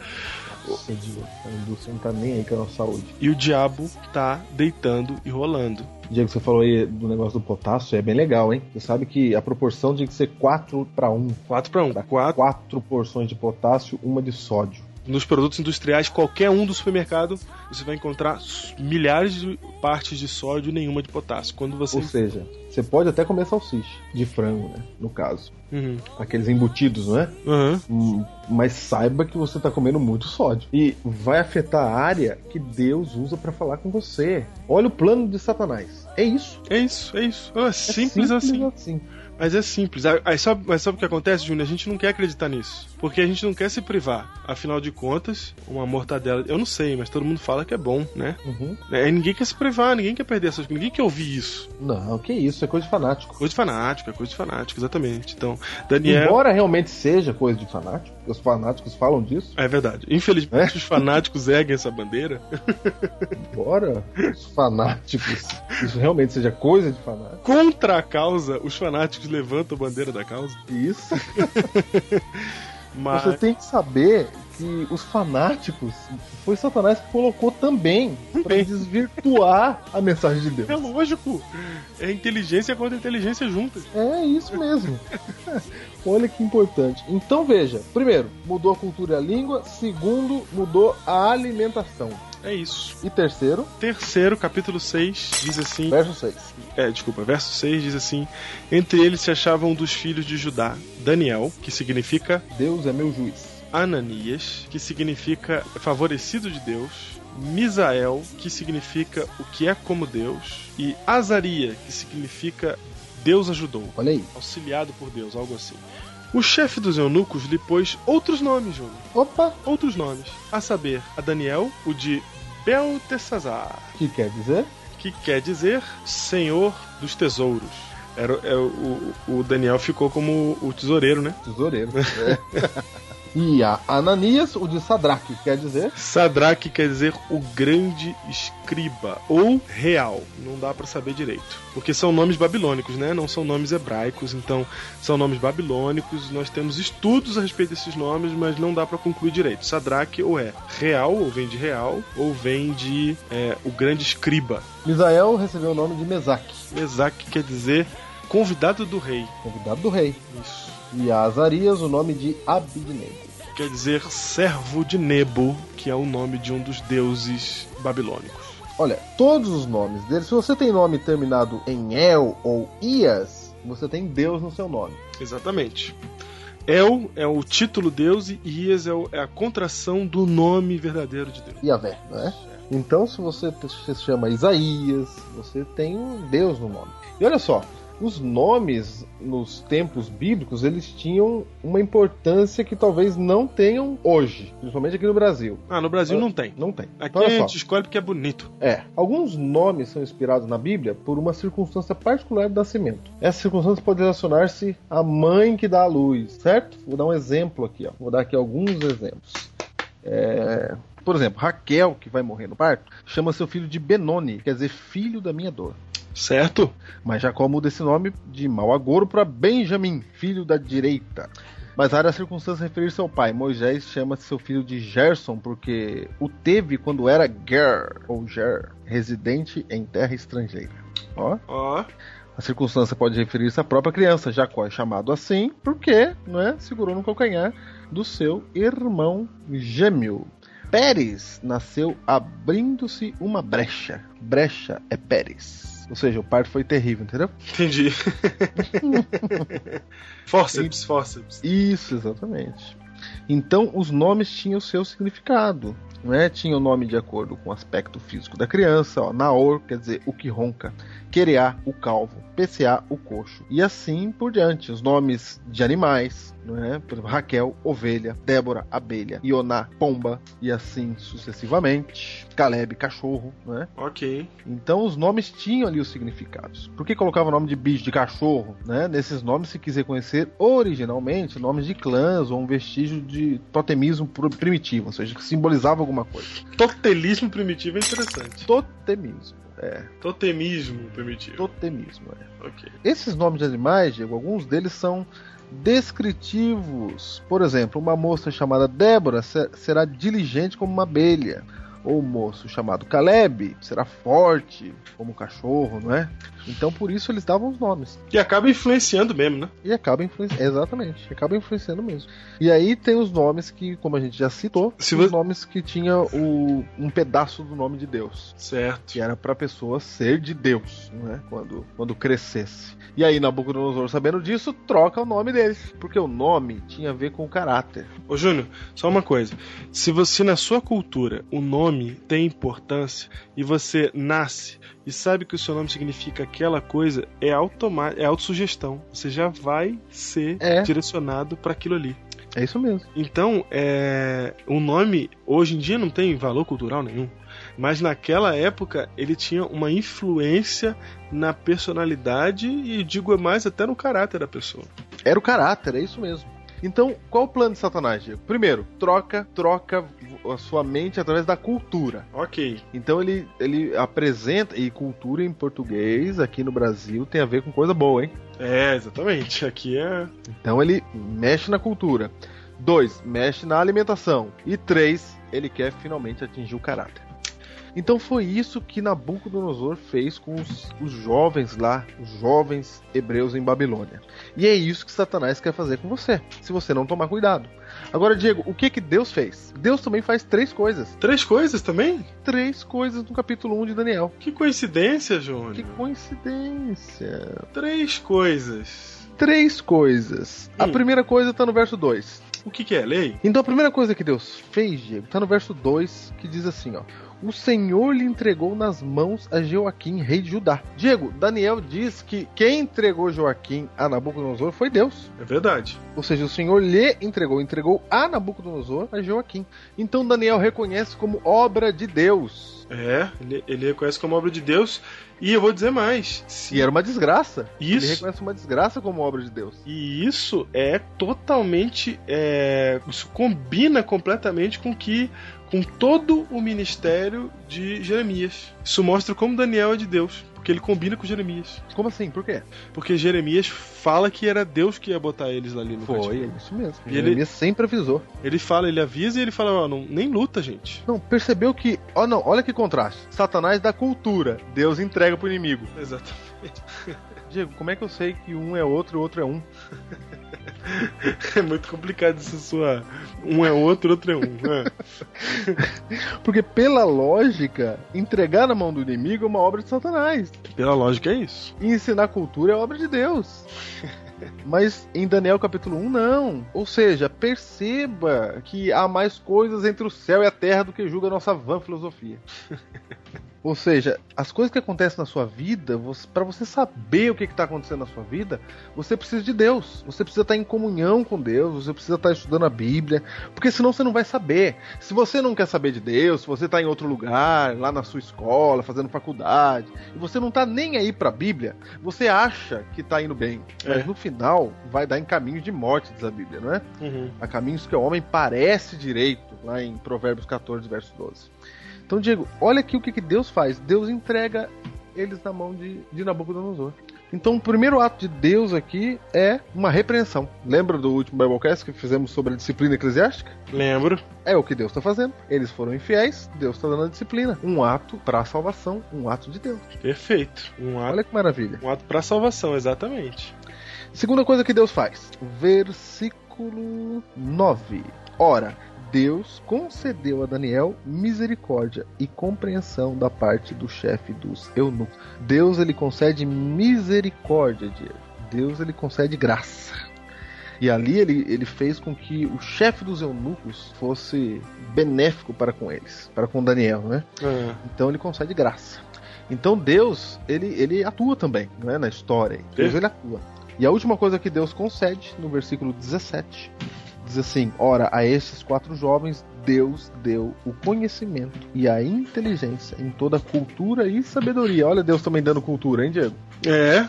A indústria não tá nem aí com a nossa saúde. E o diabo tá deitando e rolando. Diego, você falou aí do negócio do potássio, é bem legal, hein? Você sabe que a proporção tinha que ser quatro para um. quatro para um. quatro. quatro porções de potássio, uma de sódio. Nos produtos industriais, qualquer um do supermercado, você vai encontrar milhares de partes de sódio e nenhuma de potássio. Quando você... Ou seja, você pode até comer salsicha, de frango, né? No caso. Uhum. Aqueles embutidos, não é? Uhum. Hum, mas saiba que você está comendo muito sódio. E vai afetar a área que Deus usa para falar com você. Olha o plano de Satanás. É isso. É isso, é isso. É É simples, assim. assim. Mas é simples. Aí, sabe, mas sabe o que acontece, Júnior? A gente não quer acreditar nisso. Porque a gente não quer se privar. Afinal de contas, uma mortadela... Eu não sei, mas todo mundo fala que é bom, né? Uhum. É, ninguém quer se privar, ninguém quer perder essas... Ninguém quer ouvir isso. Não, que isso, é coisa de fanático. Coisa de fanático, é coisa de fanático, exatamente. Então, Daniel... Embora realmente seja coisa de fanático, os fanáticos falam disso. É verdade. Infelizmente, É? os fanáticos erguem essa bandeira. Embora os fanáticos, isso realmente seja coisa de fanático. Contra a causa, os fanáticos levantam a bandeira da causa. Isso. Mas... Você tem que saber que os fanáticos foi Satanás que colocou também para desvirtuar a mensagem de Deus. É lógico. É inteligência contra inteligência juntas. É isso mesmo. Olha que importante. Então veja, primeiro, mudou a cultura e a língua. Segundo, mudou a alimentação. É isso. E terceiro, Terceiro, capítulo seis, diz assim... verso seis. É, desculpa, verso seis diz assim: entre eles se achava um dos filhos de Judá, Daniel, que significa Deus é meu juiz. Ananias, que significa favorecido de Deus, Misael, que significa o que é como Deus, e Azaria, que significa Deus ajudou, Olha aí. auxiliado por Deus, algo assim. O chefe dos eunucos lhe pôs outros nomes, Júnior. Opa! Outros nomes. A saber, a Daniel, o de Beltesazar, O que quer dizer? que quer dizer Senhor dos Tesouros. Era, é, o, o Daniel ficou como o tesoureiro, né? Tesoureiro. É. E a Ananias, o de Sadraque, quer dizer? Sadraque quer dizer o grande escriba, ou real, não dá pra saber direito. Porque são nomes babilônicos, né? Não são nomes hebraicos, então são nomes babilônicos. Nós temos estudos a respeito desses nomes, mas não dá pra concluir direito. Sadraque ou é real, ou vem de real, ou vem de é, o grande escriba. Misael recebeu o nome de Mesaque, Mesaque quer dizer convidado do rei. convidado do rei. Isso. E a Azarias, o nome de Abidnego. Quer dizer servo de Nebo, que é o nome de um dos deuses babilônicos. Olha, todos os nomes deles, se você tem nome terminado em El ou Ias, você tem Deus no seu nome. Exatamente. El é o título Deus e Ias é, o, é a contração do nome verdadeiro de Deus. Iavé, não é? Então, se você se chama Isaías, você tem um Deus no nome. E olha só, os nomes nos tempos bíblicos, eles tinham uma importância que talvez não tenham hoje, principalmente aqui no Brasil. Ah, no Brasil não tem. Não tem. Aqui Então, olha a só. gente escolhe porque é bonito. É, alguns nomes são inspirados na Bíblia por uma circunstância particular de nascimento. Essa circunstância pode relacionar-se à mãe que dá à luz, certo? Vou dar um exemplo aqui, ó. Vou dar aqui alguns exemplos. É... Por exemplo, Raquel, que vai morrer no parto, chama seu filho de Benoni, quer dizer filho da minha dor. Certo? Mas Jacó muda esse nome de mau agouro para Benjamim, filho da direita. Mas rara circunstância referir-se ao pai. Moisés chama seu filho de Gerson, porque o teve quando era Ger, ou Ger, residente em terra estrangeira. Ó. Ó. A circunstância pode referir-se à própria criança. Jacó é chamado assim porque, não é, segurou no calcanhar do seu irmão gêmeo. Pérez nasceu abrindo-se uma brecha. Brecha é Pérez. Ou seja, o parto foi terrível, entendeu? Entendi. Forceps, forceps. Isso, exatamente. Então, os nomes tinham o seu significado. Né? Tinha o nome de acordo com o aspecto físico da criança, ó, Naor, quer dizer o que ronca, Quereá, o calvo, P C A, o coxo, e assim por diante. Os nomes de animais, né? Por exemplo, Raquel, ovelha, Débora, abelha, Ioná, pomba, e assim sucessivamente. Caleb, cachorro, né? Ok. Então os nomes tinham ali os significados. Por que colocava o nome de bicho, de cachorro? Né? Nesses nomes se quis reconhecer originalmente nomes de clãs ou um vestígio de totemismo primitivo, ou seja, que simbolizava alguma coisa. Totelismo primitivo é interessante. Totemismo, é. Totemismo primitivo. Totemismo, é. Ok. Esses nomes de animais, Diego, alguns deles são descritivos. Por exemplo, uma moça chamada Débora será diligente como uma abelha. Ou um moço chamado Caleb será forte como um cachorro, não é? Então por isso eles davam os nomes. E acaba influenciando mesmo, né? E acaba influenciando, exatamente, acaba influenciando mesmo. E aí tem os nomes que, como a gente já citou, Se os você... nomes que tinham o, um pedaço do nome de Deus. Certo. Que era pra pessoa ser de Deus, não é? Quando, quando crescesse. E aí Nabucodonosor, sabendo disso, troca o nome deles. Porque o nome tinha a ver com o caráter. Ô Júnior, só uma coisa. Se você, na sua cultura, o nome tem importância e você nasce e sabe que o seu nome significa aquela coisa, é, automa- é autossugestão. Você já vai ser É. direcionado para aquilo ali. É isso mesmo. Então, é, o nome, hoje em dia, não tem valor cultural nenhum. Mas naquela época, ele tinha uma influência na personalidade e, digo mais, até no caráter da pessoa. Era o caráter, é isso mesmo. Então, qual o plano de Satanás, Diego? Primeiro, troca, troca a sua mente através da cultura. Ok. Então ele, ele apresenta, e cultura em português aqui no Brasil tem a ver com coisa boa, hein? É, exatamente. Aqui é... Então ele mexe na cultura. Dois, mexe na alimentação. E três, ele quer finalmente atingir o caráter. Então foi isso que Nabucodonosor fez com os, os jovens lá, os jovens hebreus em Babilônia. E é isso que Satanás quer fazer com você, se você não tomar cuidado. Agora, Diego, o que que Deus fez? Deus também faz três coisas. Três coisas também? Três coisas no capítulo um de Daniel. Que coincidência, Júnior. Que coincidência. Três coisas. Três coisas. A Hum. primeira coisa tá no verso dois. O que que é? Lei? Então a primeira coisa que Deus fez, Diego, tá no verso dois, que diz assim, ó: o Senhor lhe entregou nas mãos a Joaquim, rei de Judá. Diego, Daniel diz que quem entregou Joaquim a Nabucodonosor foi Deus. É verdade. Ou seja, o Senhor lhe entregou, entregou a Nabucodonosor a Joaquim. Então Daniel reconhece como obra de Deus. É, ele, ele reconhece como obra de Deus. E eu vou dizer mais. Se... E era uma desgraça. Isso. Ele reconhece uma desgraça como obra de Deus. E isso é totalmente... É... Isso combina completamente com que... com todo o ministério de Jeremias. Isso mostra como Daniel é de Deus, porque ele combina com Jeremias. Como assim? Por quê? Porque Jeremias fala que era Deus que ia botar eles ali no Foi, é cativeiro. isso mesmo. E Jeremias ele- sempre avisou. Ele fala, ele avisa e ele fala, ó, não, nem luta, gente. Não, percebeu que... Ó, não, olha que contraste. Satanás dá cultura, Deus entrega pro inimigo. Exatamente. Diego, como é que eu sei que um é outro e o outro é um? É muito complicado essa sua... Um é outro, outro é um. né? Porque pela lógica, entregar na mão do inimigo é uma obra de Satanás. Pela lógica é isso. E ensinar cultura é obra de Deus. Mas em Daniel capítulo um, não. Ou seja, perceba que há mais coisas entre o céu e a terra do que julga a nossa vã filosofia. Ou seja, as coisas que acontecem na sua vida, você, para você saber o que está acontecendo na sua vida, você precisa de Deus. Você precisa estar em comunhão com Deus, você precisa estar estudando a Bíblia, porque senão você não vai saber. Se você não quer saber de Deus, se você está em outro lugar, lá na sua escola, fazendo faculdade, e você não está nem aí para a Bíblia, você acha que está indo bem. É. Mas no final, vai dar em caminhos de morte, diz a Bíblia, não é? Uhum. Há caminhos que o homem parece direito, lá em Provérbios catorze, verso doze. Então, Diego, olha aqui o que, que Deus faz. Deus entrega eles na mão de, de Nabucodonosor. Então, o primeiro ato de Deus aqui é uma repreensão. Lembra do último Biblecast que fizemos sobre a disciplina eclesiástica? Lembro. É o que Deus está fazendo. Eles foram infiéis, Deus está dando a disciplina. Um ato para a salvação, um ato de Deus. Perfeito. Um ato, Olha que maravilha. um ato para salvação, exatamente. Segunda coisa que Deus faz. Versículo nove. Ora, Deus concedeu a Daniel misericórdia e compreensão da parte do chefe dos eunucos. Deus, ele concede misericórdia, Diego. Deus, ele concede graça. E ali ele, ele fez com que o chefe dos eunucos fosse benéfico para com eles, para com Daniel, né? Uhum. Então ele concede graça. Então Deus, ele, ele atua também, né, na história. Deus, ele atua. E a última coisa que Deus concede, no versículo dezessete, diz assim: ora, a estes quatro jovens Deus deu o conhecimento e a inteligência em toda cultura e sabedoria. Olha Deus também dando cultura, hein, Diego? É.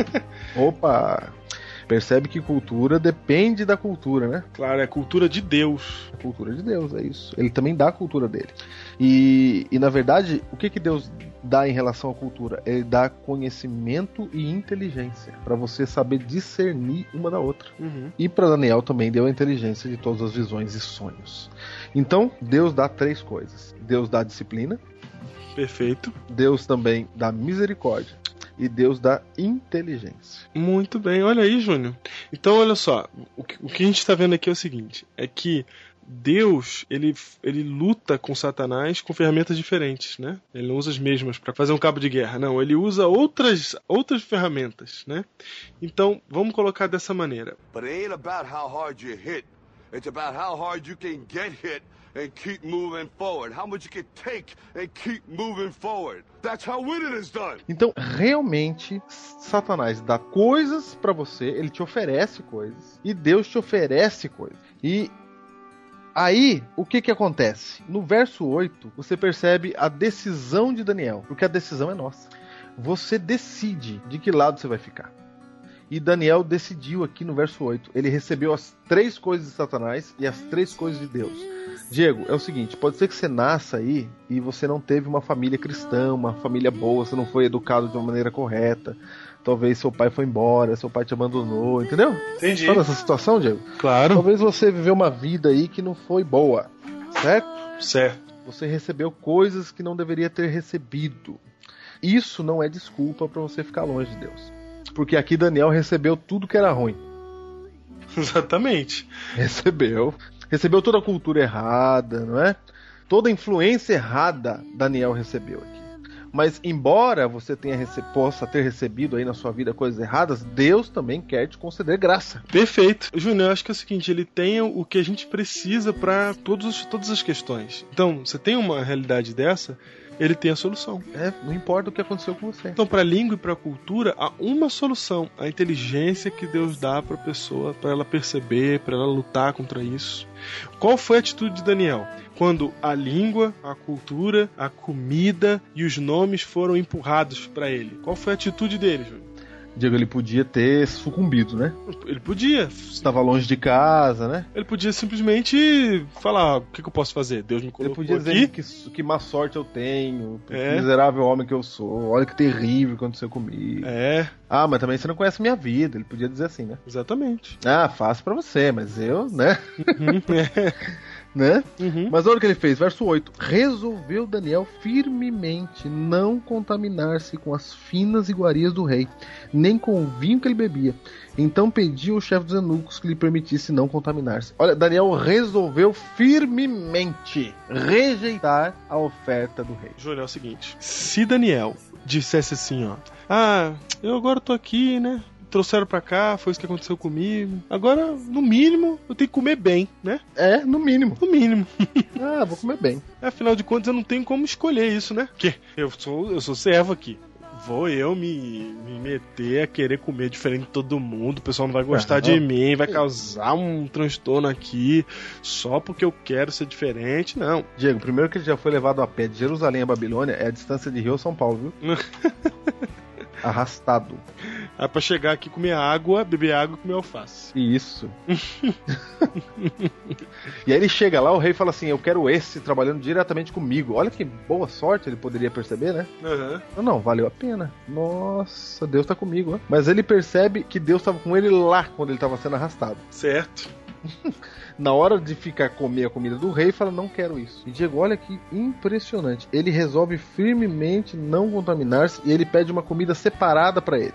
Opa! Percebe que cultura depende da cultura, né? Claro, é cultura de Deus. A cultura de Deus, é isso. Ele também dá a cultura dele. E, e na verdade, o que, que Deus dá em relação à cultura? Ele dá conhecimento e inteligência, para você saber discernir uma da outra. Uhum. E para Daniel também deu a inteligência de todas as visões e sonhos. Então, Deus dá três coisas. Deus dá disciplina. Perfeito. Deus também dá misericórdia. E Deus dá inteligência. Muito bem, olha aí, Júnior. Então, olha só, o que, o que a gente está vendo aqui é o seguinte, é que Deus, ele, ele luta com Satanás com ferramentas diferentes, né? Ele não usa as mesmas para fazer um cabo de guerra, não. Ele usa outras, outras ferramentas, né? Então, vamos colocar dessa maneira. But it ain't about how hard you hit. It's about how hard you can get hit and keep moving forward. How much you can take and keep moving forward. That's how winning is done. Então, realmente, Satanás dá coisas pra você, ele te oferece coisas, e Deus te oferece coisas. E aí, o que que acontece? No verso oito, você percebe a decisão de Daniel, porque a decisão é nossa. Você decide de que lado você vai ficar. E Daniel decidiu aqui no verso oito. Ele recebeu as três coisas de Satanás e as três coisas de Deus. Diego, é o seguinte, pode ser que você nasça aí e você não teve uma família cristã, uma família boa, você não foi educado de uma maneira correta. Talvez seu pai foi embora, seu pai te abandonou, entendeu? Entendi. Sabe essa situação, Diego? Claro. Talvez você viveu uma vida aí que não foi boa, certo? Certo. Você recebeu coisas que não deveria ter recebido. Isso não é desculpa para você ficar longe de Deus. Porque aqui Daniel recebeu tudo que era ruim. Exatamente. Recebeu. Recebeu toda a cultura errada, não é? Toda a influência errada Daniel recebeu aqui. Mas embora você tenha rece- possa ter recebido aí na sua vida coisas erradas, Deus também quer te conceder graça. Perfeito. Júnior, eu acho que é o seguinte, ele tem o que a gente precisa para todas as questões. Então, você tem uma realidade dessa, ele tem a solução. É, não importa o que aconteceu com você. Então, para a língua e para a cultura, há uma solução: a inteligência que Deus dá para a pessoa, para ela perceber, para ela lutar contra isso. Qual foi a atitude de Daniel? Quando a língua, a cultura, a comida e os nomes foram empurrados para ele. Qual foi a atitude dele, Júnior? Diego, ele podia ter sucumbido, né? Ele podia. Estava longe de casa, né? Ele podia simplesmente falar: o que, que eu posso fazer? Deus me colocou aqui. Ele podia aqui. dizer que, que má sorte eu tenho, é. que miserável homem que eu sou, olha que terrível aconteceu comigo. É. Ah, mas também você não conhece minha vida. Ele podia dizer assim, né? Exatamente. Ah, fácil pra você, mas eu, né? Uhum, é. Né? Uhum. Mas olha o que ele fez, verso oito. Resolveu Daniel firmemente não contaminar-se com as finas iguarias do rei, nem com o vinho que ele bebia. Então pediu ao chefe dos eunucos que lhe permitisse não contaminar-se. Olha, Daniel resolveu firmemente rejeitar a oferta do rei. Júlio, é o seguinte, se Daniel dissesse assim, ó, ah, eu agora tô aqui, né? Trouxeram pra cá, foi isso que aconteceu comigo. Agora, no mínimo, eu tenho que comer bem, né? É, no mínimo. No mínimo. Ah, vou comer bem. Afinal de contas, eu não tenho como escolher isso, né? Porque eu sou, eu sou servo aqui. Vou eu me, me meter a querer comer diferente de todo mundo. O pessoal não vai gostar ah, de mim, vai causar um transtorno aqui só porque eu quero ser diferente, não. Diego, primeiro que ele já foi levado a pé de Jerusalém a Babilônia é a distância de Rio a São Paulo, viu? Arrastado. É pra chegar aqui, comer água, beber água e comer alface. Isso. E aí ele chega lá, o rei fala assim, eu quero esse trabalhando diretamente comigo. Olha que boa sorte ele poderia perceber, né? Uhum. Não, não, valeu a pena. Nossa, Deus tá comigo, ó. Mas ele percebe que Deus tava com ele lá quando ele tava sendo arrastado. Certo. Na hora de ficar comer a comida do rei, fala, não quero isso. E Diego, olha que impressionante. Ele resolve firmemente não contaminar-se e ele pede uma comida separada para ele.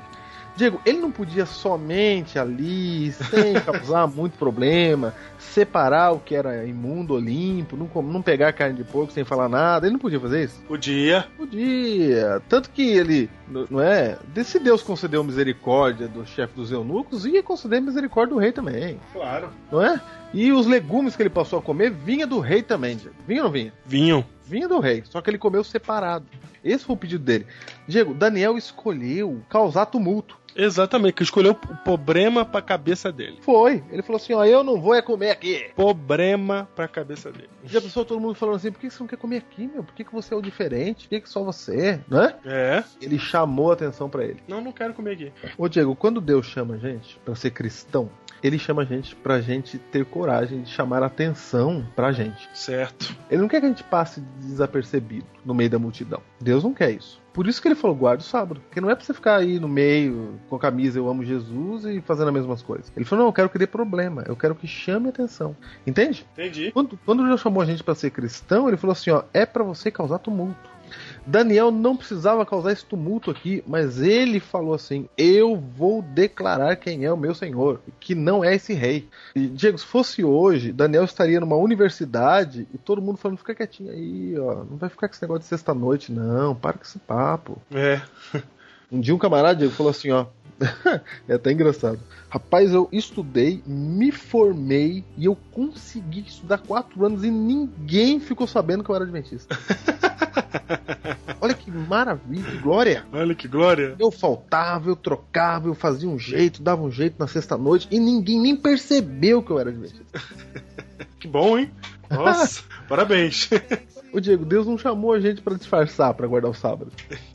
Diego, ele não podia somente ali, sem causar muito problema, separar o que era imundo ou limpo, não, com- não pegar carne de porco sem falar nada. Ele não podia fazer isso? Podia. Podia. Tanto que ele, n- não é? Se Deus concedeu misericórdia do chefe dos eunucos, ia conceder misericórdia do rei também, Claro. não é? E os legumes que ele passou a comer vinha do rei também, Diego. Vinha ou não vinha? Vinham. Vinha do rei, só que ele comeu separado. Esse foi o pedido dele. Diego, Daniel escolheu causar tumulto. Exatamente, que escolheu o problema pra cabeça dele. Foi. Ele falou assim, ó, eu não vou é comer aqui. Problema pra cabeça dele. Já pensou todo mundo falando assim, por que você não quer comer aqui, meu? Por que, que você é o diferente? Por que, que só você, né? É. Ele chamou a atenção pra ele. Não, não quero comer aqui. Ô Diego, quando Deus chama a gente pra ser cristão, ele chama a gente pra gente ter coragem de chamar a atenção pra gente. Certo. Ele não quer que a gente passe desapercebido no meio da multidão. Deus não quer isso. Por isso que ele falou, guarda o sábado. Porque não é pra você ficar aí no meio, com a camisa eu amo Jesus e fazendo as mesmas coisas. Ele falou, não, eu quero que dê problema. Eu quero que chame a atenção. Entende? Entendi. Quando, quando Deus chamou a gente pra ser cristão, ele falou assim, ó, é pra você causar tumulto. Daniel não precisava causar esse tumulto aqui, mas ele falou assim, eu vou declarar quem é o meu Senhor, que não é esse rei. E, Diego, se fosse hoje, Daniel estaria numa universidade e todo mundo falando, fica quietinho aí, ó, não vai ficar com esse negócio de sexta-noite, não, para com esse papo. É. Um dia um camarada, Diego, falou assim, ó, é até engraçado. Rapaz, eu estudei, me formei e eu consegui estudar quatro anos e ninguém ficou sabendo que eu era adventista. Olha que maravilha, que glória. Olha que glória. Eu faltava, eu trocava, eu fazia um jeito, dava um jeito na sexta-noite e ninguém nem percebeu que eu era adventista. Que bom, hein? Nossa, parabéns. Ô Diego, Deus não chamou a gente pra disfarçar, pra guardar o sábado.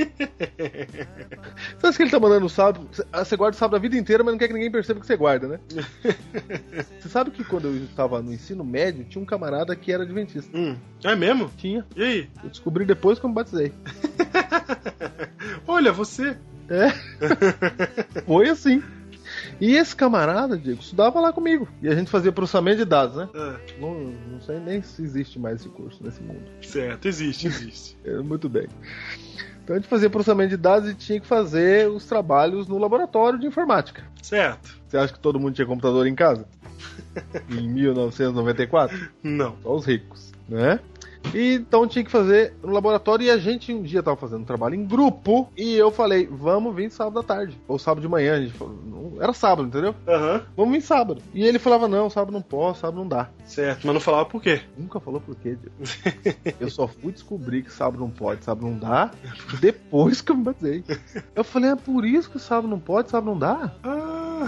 Você acha que ele tá mandando o sábado? Você guarda o sábado a vida inteira, mas não quer que ninguém perceba que você guarda, né? Você sabe que quando eu estava no ensino médio, tinha um camarada que era adventista. Hum, é mesmo? Tinha. E aí? Eu descobri depois que eu me batizei. Olha, você. É. Foi assim. E esse camarada, Diego, estudava lá comigo. E a gente fazia processamento de dados, né? Ah, Não, não sei nem se existe mais esse curso nesse mundo. certo, existe, existe. É, muito bem. Então a gente fazia processamento de dados e tinha que fazer os trabalhos no laboratório de informática. Certo. Você acha que todo mundo tinha computador em casa? Em mil novecentos e noventa e quatro? Não. Só os ricos, né? E então tinha que fazer no laboratório e a gente um dia tava fazendo um trabalho em grupo e eu falei, vamos vir sábado à tarde. Ou sábado de manhã, a gente falou, não, era sábado, entendeu? Aham. Vamos vir sábado. E ele falava, não, sábado não posso, sábado não dá. Certo, mas não falava por quê. Nunca falou por quê, Diego. Eu só fui descobrir que sábado não pode, sábado não dá, depois que eu me batizei. Eu falei, é por isso que sábado não pode, sábado não dá? Ah.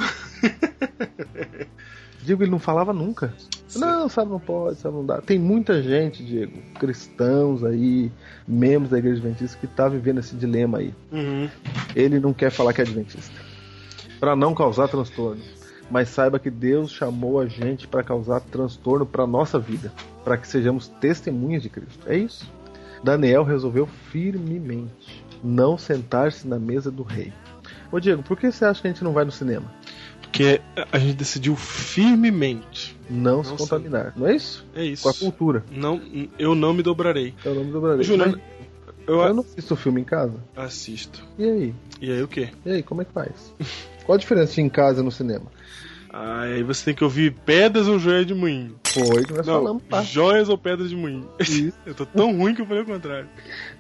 Diego, ele não falava nunca. Não, sábado não pode, sábado não dá. Tem muita gente, Diego, cristãos aí, membros da igreja adventista, que tá vivendo esse dilema aí. Uhum. Ele não quer falar que é adventista, pra não causar transtorno. Mas saiba que Deus chamou a gente para causar transtorno para nossa vida, para que sejamos testemunhas de Cristo. É isso. Daniel resolveu firmemente não sentar-se na mesa do rei. Ô Diego, por que você acha que a gente não vai no cinema? Porque a gente decidiu firmemente. Não, não se Não contaminar, não é isso? É isso. Com a cultura. Não, eu não me dobrarei. É o nome do Brasil. Júnior, Mas eu eu não assisto filme em casa. assisto. E aí? E aí o quê? E aí, como é que faz? Qual a diferença de ir em casa e no cinema? Ah, aí você tem que ouvir pedras ou joias de moinho. Foi que nós Não, falamos, tá? joias ou pedras de moinho. Isso. Eu tô tão ruim que eu falei o contrário.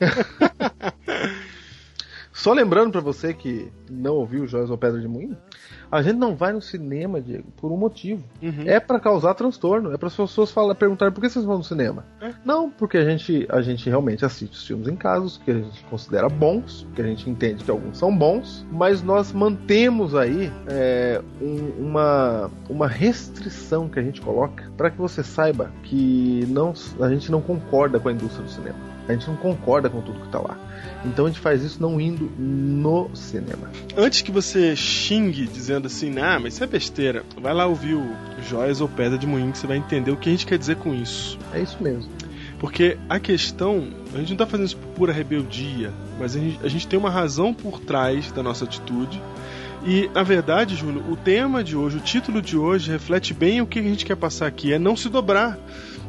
Só lembrando pra você que não ouviu Joias ou Pedra de Moinho, a gente não vai no cinema, Diego, por um motivo. Uhum. É pra causar transtorno. É para as pessoas falar, perguntarem por que vocês vão no cinema. É. Não, porque a gente, a gente realmente assiste os filmes em casa, os que a gente considera bons, que a gente entende que alguns são bons, mas nós mantemos aí é, um, uma, uma restrição que a gente coloca para que você saiba que não, a gente não concorda com a indústria do cinema. A gente não concorda com tudo que tá lá. Então a gente faz isso não indo no cinema. Antes que você xingue dizendo assim, ah, mas isso é besteira, vai lá ouvir o Joias ou Pedra de Moinho que você vai entender o que a gente quer dizer com isso. É isso mesmo. Porque a questão, a gente não tá fazendo isso por pura rebeldia, mas a gente, a gente tem uma razão por trás da nossa atitude. E, na verdade, Júnior, o tema de hoje, o título de hoje reflete bem o que a gente quer passar aqui, é não se dobrar.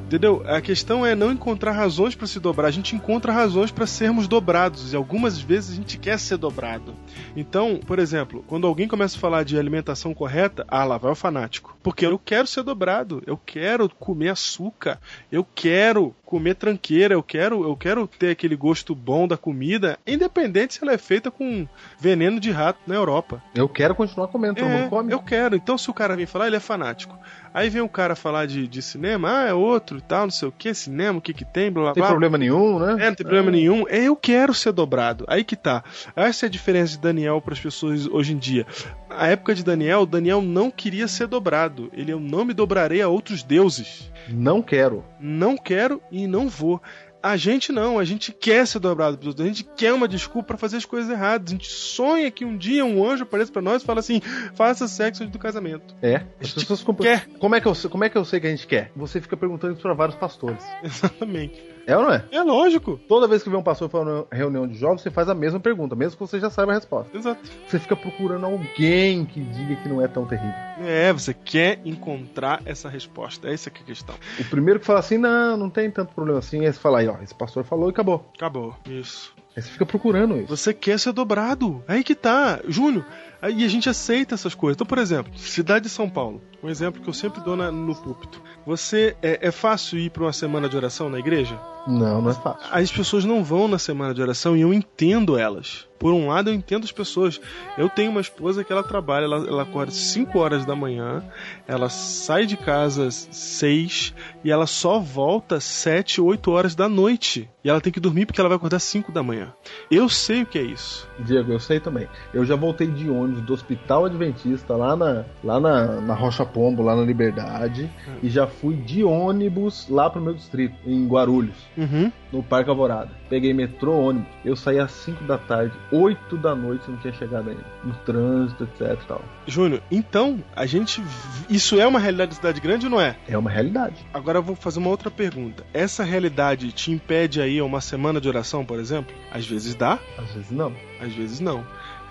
Entendeu? A questão é não encontrar razões para se dobrar. A gente encontra razões para sermos dobrados. E algumas vezes a gente quer ser dobrado. Então, por exemplo, quando alguém começa a falar de alimentação correta, ah, lá vai o fanático. Porque eu quero ser dobrado. Eu quero comer açúcar. Eu quero comer tranqueira. Eu quero, eu quero ter aquele gosto bom da comida, independente se ela é feita com veneno de rato na Europa. Eu quero continuar comendo. Todo É, mundo come. eu quero. Então, se o cara vem falar, ele é fanático. Aí vem o cara falar de, de cinema, ah, é outro e tal, não sei o que, cinema, o que que tem, blá blá Não tem blá. problema nenhum, né? É, não tem problema nenhum. É, eu quero ser dobrado. Aí que tá. Essa é a diferença de Daniel para as pessoas hoje em dia. Na época de Daniel, Daniel não queria ser dobrado. Ele, eu não me dobrarei a outros deuses. Não quero. Não quero e não vou. A gente não, a gente quer ser dobrado pelos outros, a gente quer uma desculpa pra fazer as coisas erradas. A gente sonha que um dia um anjo apareça pra nós e fala assim: faça sexo antes do casamento. É. As pessoas comp... quer. Como é que eu sei, como é que eu sei que a gente quer? Você fica perguntando isso pra vários pastores. Exatamente. É ou não é? É lógico. Toda vez que vem um pastor para uma reunião de jovens, você faz a mesma pergunta, mesmo que você já saiba a resposta. Exato. Você fica procurando alguém que diga que não é tão terrível. É, você quer encontrar essa resposta. Essa que é a questão. O primeiro que fala assim, não, não tem tanto problema assim, aí você fala aí, ó, esse pastor falou e acabou. Acabou. Isso. Aí você fica procurando isso. Você quer ser dobrado. Aí que tá. Júnior, aí a gente aceita essas coisas. Então, por exemplo, cidade de São Paulo. Um exemplo que eu sempre dou na, no púlpito. Você, é, é fácil ir para uma semana de oração na igreja? Não, não é fácil. As pessoas não vão na semana de oração e eu entendo elas. Por um lado, eu entendo as pessoas. Eu tenho uma esposa que ela trabalha, ela, ela acorda cinco horas da manhã, ela sai de casa seis e ela só volta sete, oito horas da noite. E ela tem que dormir porque ela vai acordar cinco da manhã. Eu sei o que é isso. Diego, eu sei também. Eu já voltei de ônibus do Hospital Adventista lá na, lá na, na Rocha Pombo, lá na Liberdade, hum. e já fui de ônibus lá pro meu distrito, em Guarulhos, uhum. no Parque Alvorada. Peguei metrô, ônibus. Eu saí às cinco da tarde, oito da noite, não tinha chegado ainda. No trânsito, etc e tal. Júnior, então, a gente... Isso é uma realidade da cidade grande ou não é? É uma realidade. Agora eu vou fazer uma outra pergunta. Essa realidade te impede aí uma semana de oração, por exemplo? Às vezes dá. Às vezes não. Às vezes não.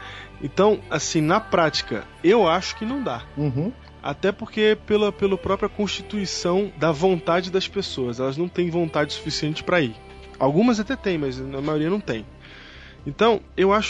Então, assim, na prática, eu acho que não dá. Uhum. Até porque pela, pela própria constituição da vontade das pessoas. Elas não têm vontade suficiente para ir. Algumas até têm, mas a maioria não tem. Então, eu acho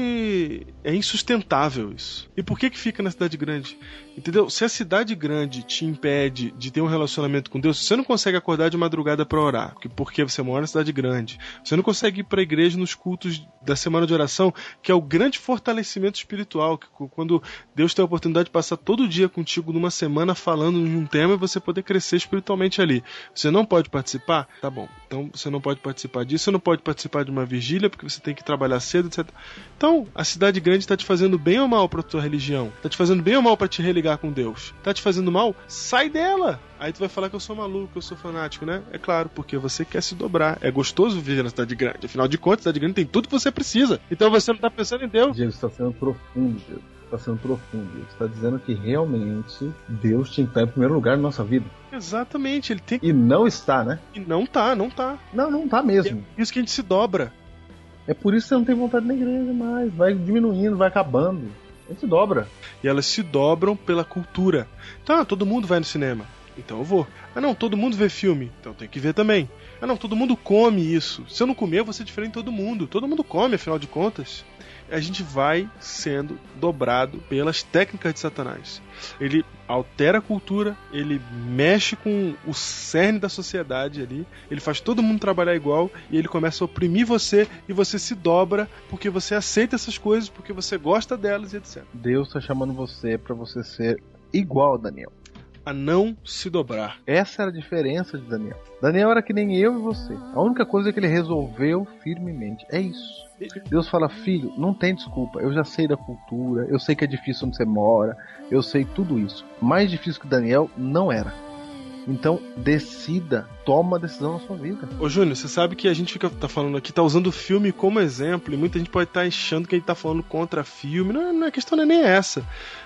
que é insustentável isso. E por que que fica na cidade grande? Entendeu? Se a cidade grande te impede de ter um relacionamento com Deus, você não consegue acordar de madrugada para orar, porque você mora na cidade grande. Você não consegue ir para a igreja nos cultos da semana de oração, que é o grande fortalecimento espiritual, que quando Deus tem a oportunidade de passar todo dia contigo numa semana falando de um tema e você poder crescer espiritualmente ali. Você não pode participar? Tá bom. Então você não pode participar disso, você não pode participar de uma vigília, porque você tem que trabalhar cedo, etcétera. Então, a cidade grande está te fazendo bem ou mal para tua religião? Está te fazendo bem ou mal para te religar com Deus? Está te fazendo mal? Sai dela! Aí tu vai falar que eu sou maluco, que eu sou fanático, né? É claro, porque você quer se dobrar. É gostoso viver na cidade grande. Afinal de contas, a cidade grande tem tudo que você precisa. Então você não está pensando em Deus. Diego, está sendo profundo, Diego. Está sendo profundo. Ele está dizendo que realmente Deus te está em primeiro lugar na nossa vida. Exatamente. Ele tem... E não está, né? E não tá, não tá. Não, não tá mesmo. É isso que a gente se dobra. É por isso que você não tem vontade na igreja mais. Vai diminuindo, vai acabando. A gente se dobra. E elas se dobram pela cultura. Então, ah, todo mundo vai no cinema. Então eu vou. Ah não, todo mundo vê filme. Então eu tenho que ver também. Ah não, todo mundo come isso. Se eu não comer, eu vou ser diferente de todo mundo. Todo mundo come, afinal de contas. A gente vai sendo dobrado pelas técnicas de Satanás. Ele altera a cultura, ele mexe com o cerne da sociedade ali, ele faz todo mundo trabalhar igual e ele começa a oprimir você e você se dobra porque você aceita essas coisas, porque você gosta delas e etcétera. Deus está chamando você para você ser igual a Daniel. A não se dobrar. Essa era a diferença de Daniel. Daniel era que nem eu e você. A única coisa é que ele resolveu firmemente. É isso. Deus fala, filho, não tem desculpa. Eu já sei da cultura, eu sei que é difícil onde você mora, eu sei tudo isso. Mais difícil que Daniel não era. Então, decida, toma a decisão na sua vida. Ô Júnior, você sabe que a gente fica tá falando aqui, tá usando o filme como exemplo, e muita gente pode estar achando que a gente tá falando contra filme. Não, não, a questão não é nem essa.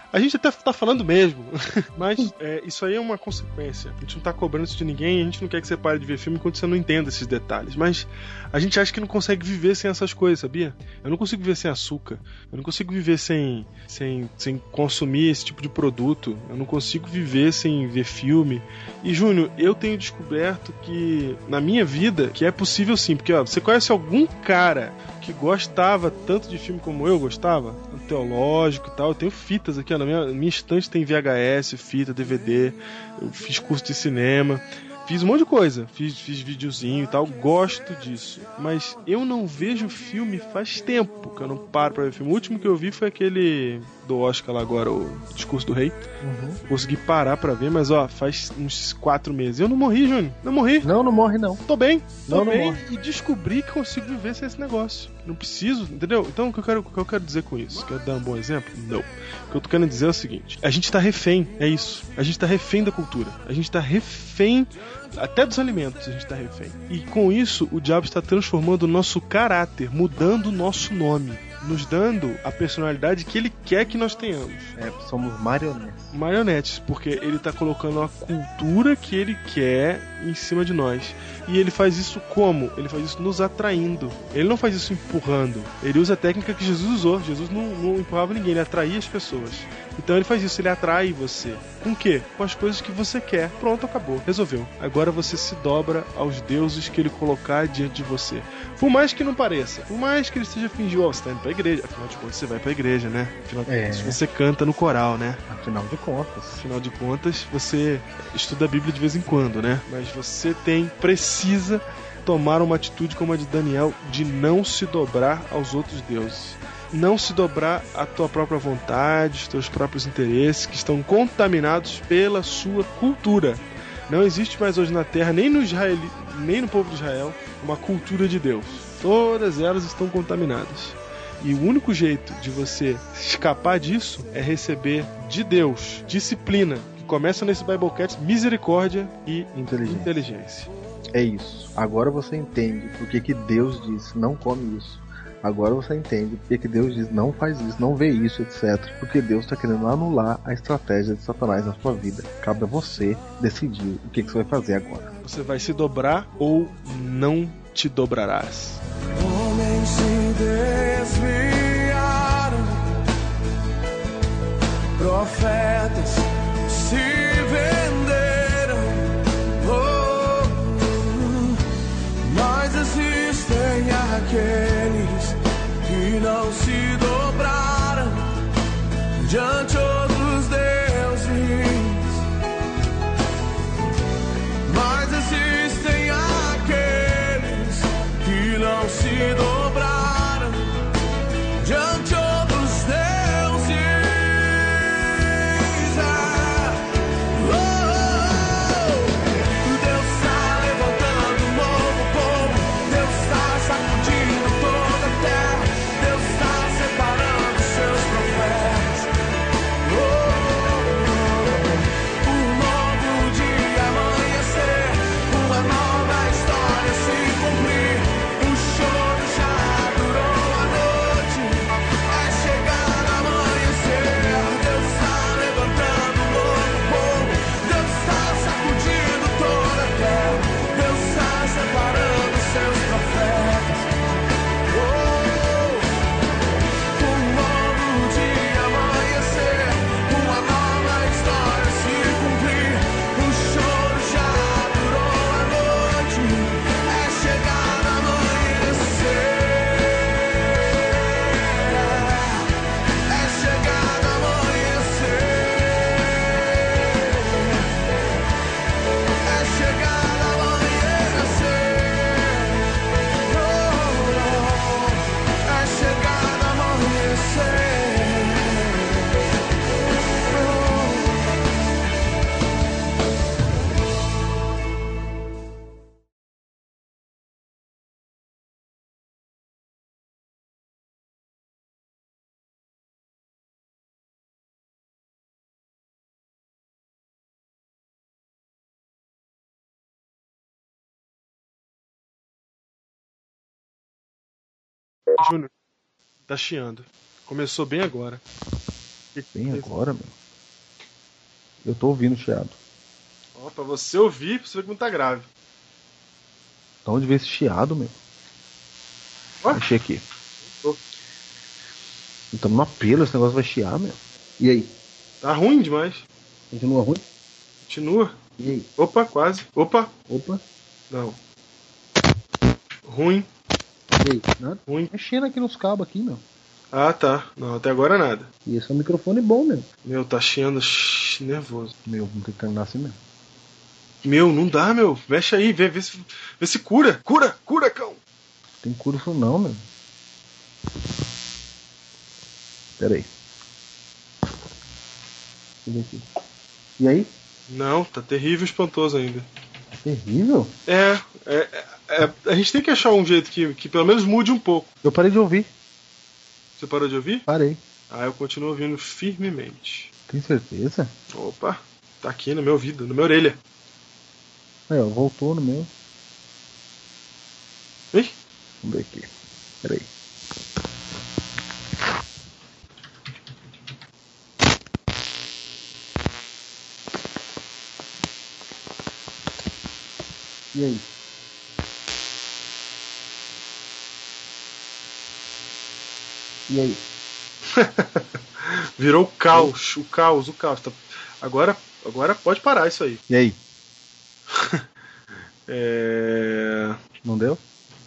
A gente até tá falando mesmo, mas é, isso aí é uma consequência. A gente não tá cobrando isso de ninguém, a gente não quer que você pare de ver filme enquanto você não entenda esses detalhes. Mas a gente acha que não consegue viver sem essas coisas, sabia? Eu não consigo viver sem açúcar, eu não consigo viver sem, sem, sem consumir esse tipo de produto, eu não consigo viver sem ver filme. E, Júnior, eu tenho descoberto que na minha vida, que é possível sim, porque ó, você conhece algum cara que gostava tanto de filme como eu gostava, teológico e tal, eu tenho fitas aqui, ó, na minha, minha estante tem V H S, fita, D V D, eu fiz curso de cinema, fiz um monte de coisa, fiz, fiz videozinho e tal, gosto disso, mas eu não vejo filme faz tempo que eu não paro pra ver filme. O último que eu vi foi aquele do Oscar lá agora, o Discurso do Rei. Uhum. Consegui parar pra ver, mas ó, faz uns quatro meses. Eu não morri, Júnior, não morri. Não, não morre não. Tô bem, tô não, bem não morre. E descobri que consigo viver sem esse negócio. Não preciso, entendeu? Então o que eu quero, o que eu quero dizer com isso? Quero dar um bom exemplo? Não. O que eu tô querendo dizer é o seguinte: a gente tá refém, é isso. A gente tá refém da cultura. A gente tá refém até dos alimentos, a gente tá refém. E com isso, o diabo está transformando o nosso caráter, mudando o nosso nome, nos dando a personalidade que ele quer que nós tenhamos. É, somos marionetes. Marionetes, porque ele tá colocando a cultura que ele quer em cima de nós. E ele faz isso como? Ele faz isso nos atraindo. Ele não faz isso empurrando. Ele usa a técnica que Jesus usou. Jesus não, não empurrava ninguém, ele atraía as pessoas. Então ele faz isso, ele atrai você. Com o quê? Com as coisas que você quer. Pronto, acabou. Resolveu. Agora você se dobra aos deuses que ele colocar diante de você. Por mais que não pareça. Por mais que ele esteja fingindo, ó, oh, você tá indo pra igreja. Afinal de contas, você vai pra igreja, né? Afinal de contas, é. você canta no coral, né? Afinal de contas. Afinal de contas, você estuda a Bíblia de vez em quando, né? Mas você tem, precisa tomar uma atitude como a de Daniel, de não se dobrar aos outros deuses. Não se dobrar à tua própria vontade, os teus próprios interesses, que estão contaminados pela sua cultura. Não existe mais hoje na Terra, nem no Israel, nem no povo de Israel, uma cultura de Deus. Todas elas estão contaminadas. E o único jeito de você escapar disso é receber de Deus disciplina, que começa nesse Biblecast, misericórdia e inteligência. inteligência. É isso. Agora você entende por que que Deus disse não come isso. Agora você entende porque que Deus diz não faz isso, não vê isso, etcétera. Porque Deus está querendo anular a estratégia de Satanás na sua vida. Cabe a você decidir o que, que você vai fazer agora. Você vai se dobrar ou não te dobrarás. Homens se desviaram, profetas se venderam, oh, mas existem aqueles que não se dobraram diante outros deuses, mas existem aqueles que não se dobraram diante outros deuses. Ah, oh, oh, oh. Deus está levantando um novo povo, Deus está sacudindo toda a terra, Deus está separando seus profetas. Oh, oh, oh. Um novo dia amanhecer, uma nova história se cumprir. O choro já durou a noite, é chegado amanhecer. Deus está levantando um novo povo, Deus está sacudindo toda a terra, Deus está separando seus profetas. Oh, um novo dia amanhecer, uma nova história se cumprir. O choro já durou a noite, é chegado amanhecer, é chegado amanhecer, é chegado amanhecer, oh, é chegado amanhecer. Júnior, tá chiando. Começou bem agora. Que Bem que- agora, meu. Eu tô ouvindo o chiado. Ó, pra você ouvir, pra você ver como tá grave. Da onde veio esse chiado, meu? Ué? Mexer aqui. Ô. Estamos no apelo, esse negócio vai chiar, meu. E aí? Tá ruim demais. Continua ruim? Continua. E aí? Opa, quase. Opa. Opa. Não. Ruim. E aí? Nada? Ruim. Mexendo aqui nos cabos aqui, meu. Ah, tá. Não, até agora nada. E esse é um microfone bom, meu. Meu, tá chiando shh, nervoso. Meu, vamos ter que terminar assim mesmo. Meu, não dá, meu. Mexe aí, vê, vê, se, vê se cura. Cura, cura, cão. Tem cura isso não, meu. Pera aí. Deixa eu ver aqui. E aí? Não, tá terrível e espantoso ainda. É terrível. É, é, é, é, a gente tem que achar um jeito que, que pelo menos mude um pouco. Eu parei de ouvir. Você parou de ouvir? Parei. Ah, eu continuo ouvindo firmemente. Tem certeza? Opa, tá aqui no meu ouvido, na minha orelha. Aí, ó, voltou no meu. Ih, Vamos ver aqui. Pera aí. E aí? E aí? virou o caos, o caos, o caos. Tá- Agora, agora pode parar isso aí. E aí? É... Não deu?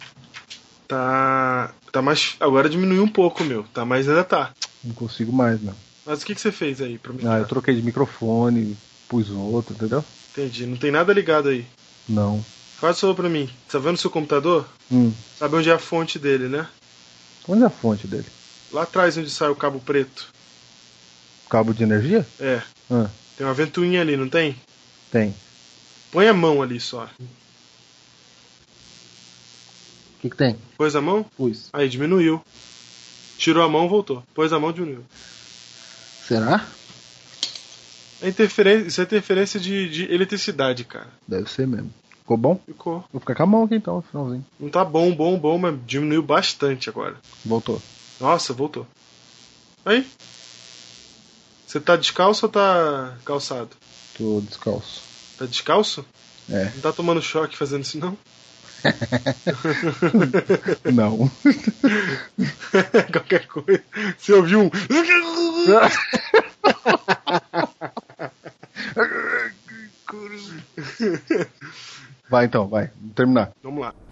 Tá. Tá mais. Agora diminuiu um pouco, meu. Tá, mas ainda tá. Não consigo mais, não. Mas o que, que você fez aí pra mim? Ah, eu troquei de microfone, pus outro, entendeu? Entendi. Não tem nada ligado aí. Não. Faz só pra mim. Tá vendo o seu computador? Hum. Sabe onde é a fonte dele, né? Onde é a fonte dele? Lá atrás onde sai o cabo preto. Cabo de energia? É. Ah, Tem uma ventoinha ali, não tem? tem. Põe a mão ali só. O que, que tem? Pôs a mão? Pus. Aí diminuiu. Tirou a mão, voltou. Pôs a mão, diminuiu. Será? É interferência, isso é interferência de, de eletricidade, cara. Deve ser mesmo. Ficou bom? Ficou. Vou ficar com a mão aqui então, no finalzinho. Não tá bom, bom, bom, mas diminuiu bastante agora. Voltou. Nossa, voltou. Aí. Você tá descalço ou tá calçado? Tô descalço. Tá descalço? É. Não tá tomando choque fazendo isso, não? Não. Qualquer coisa. Você ouviu um. Vai então, vai. Vamos terminar. Vamos lá.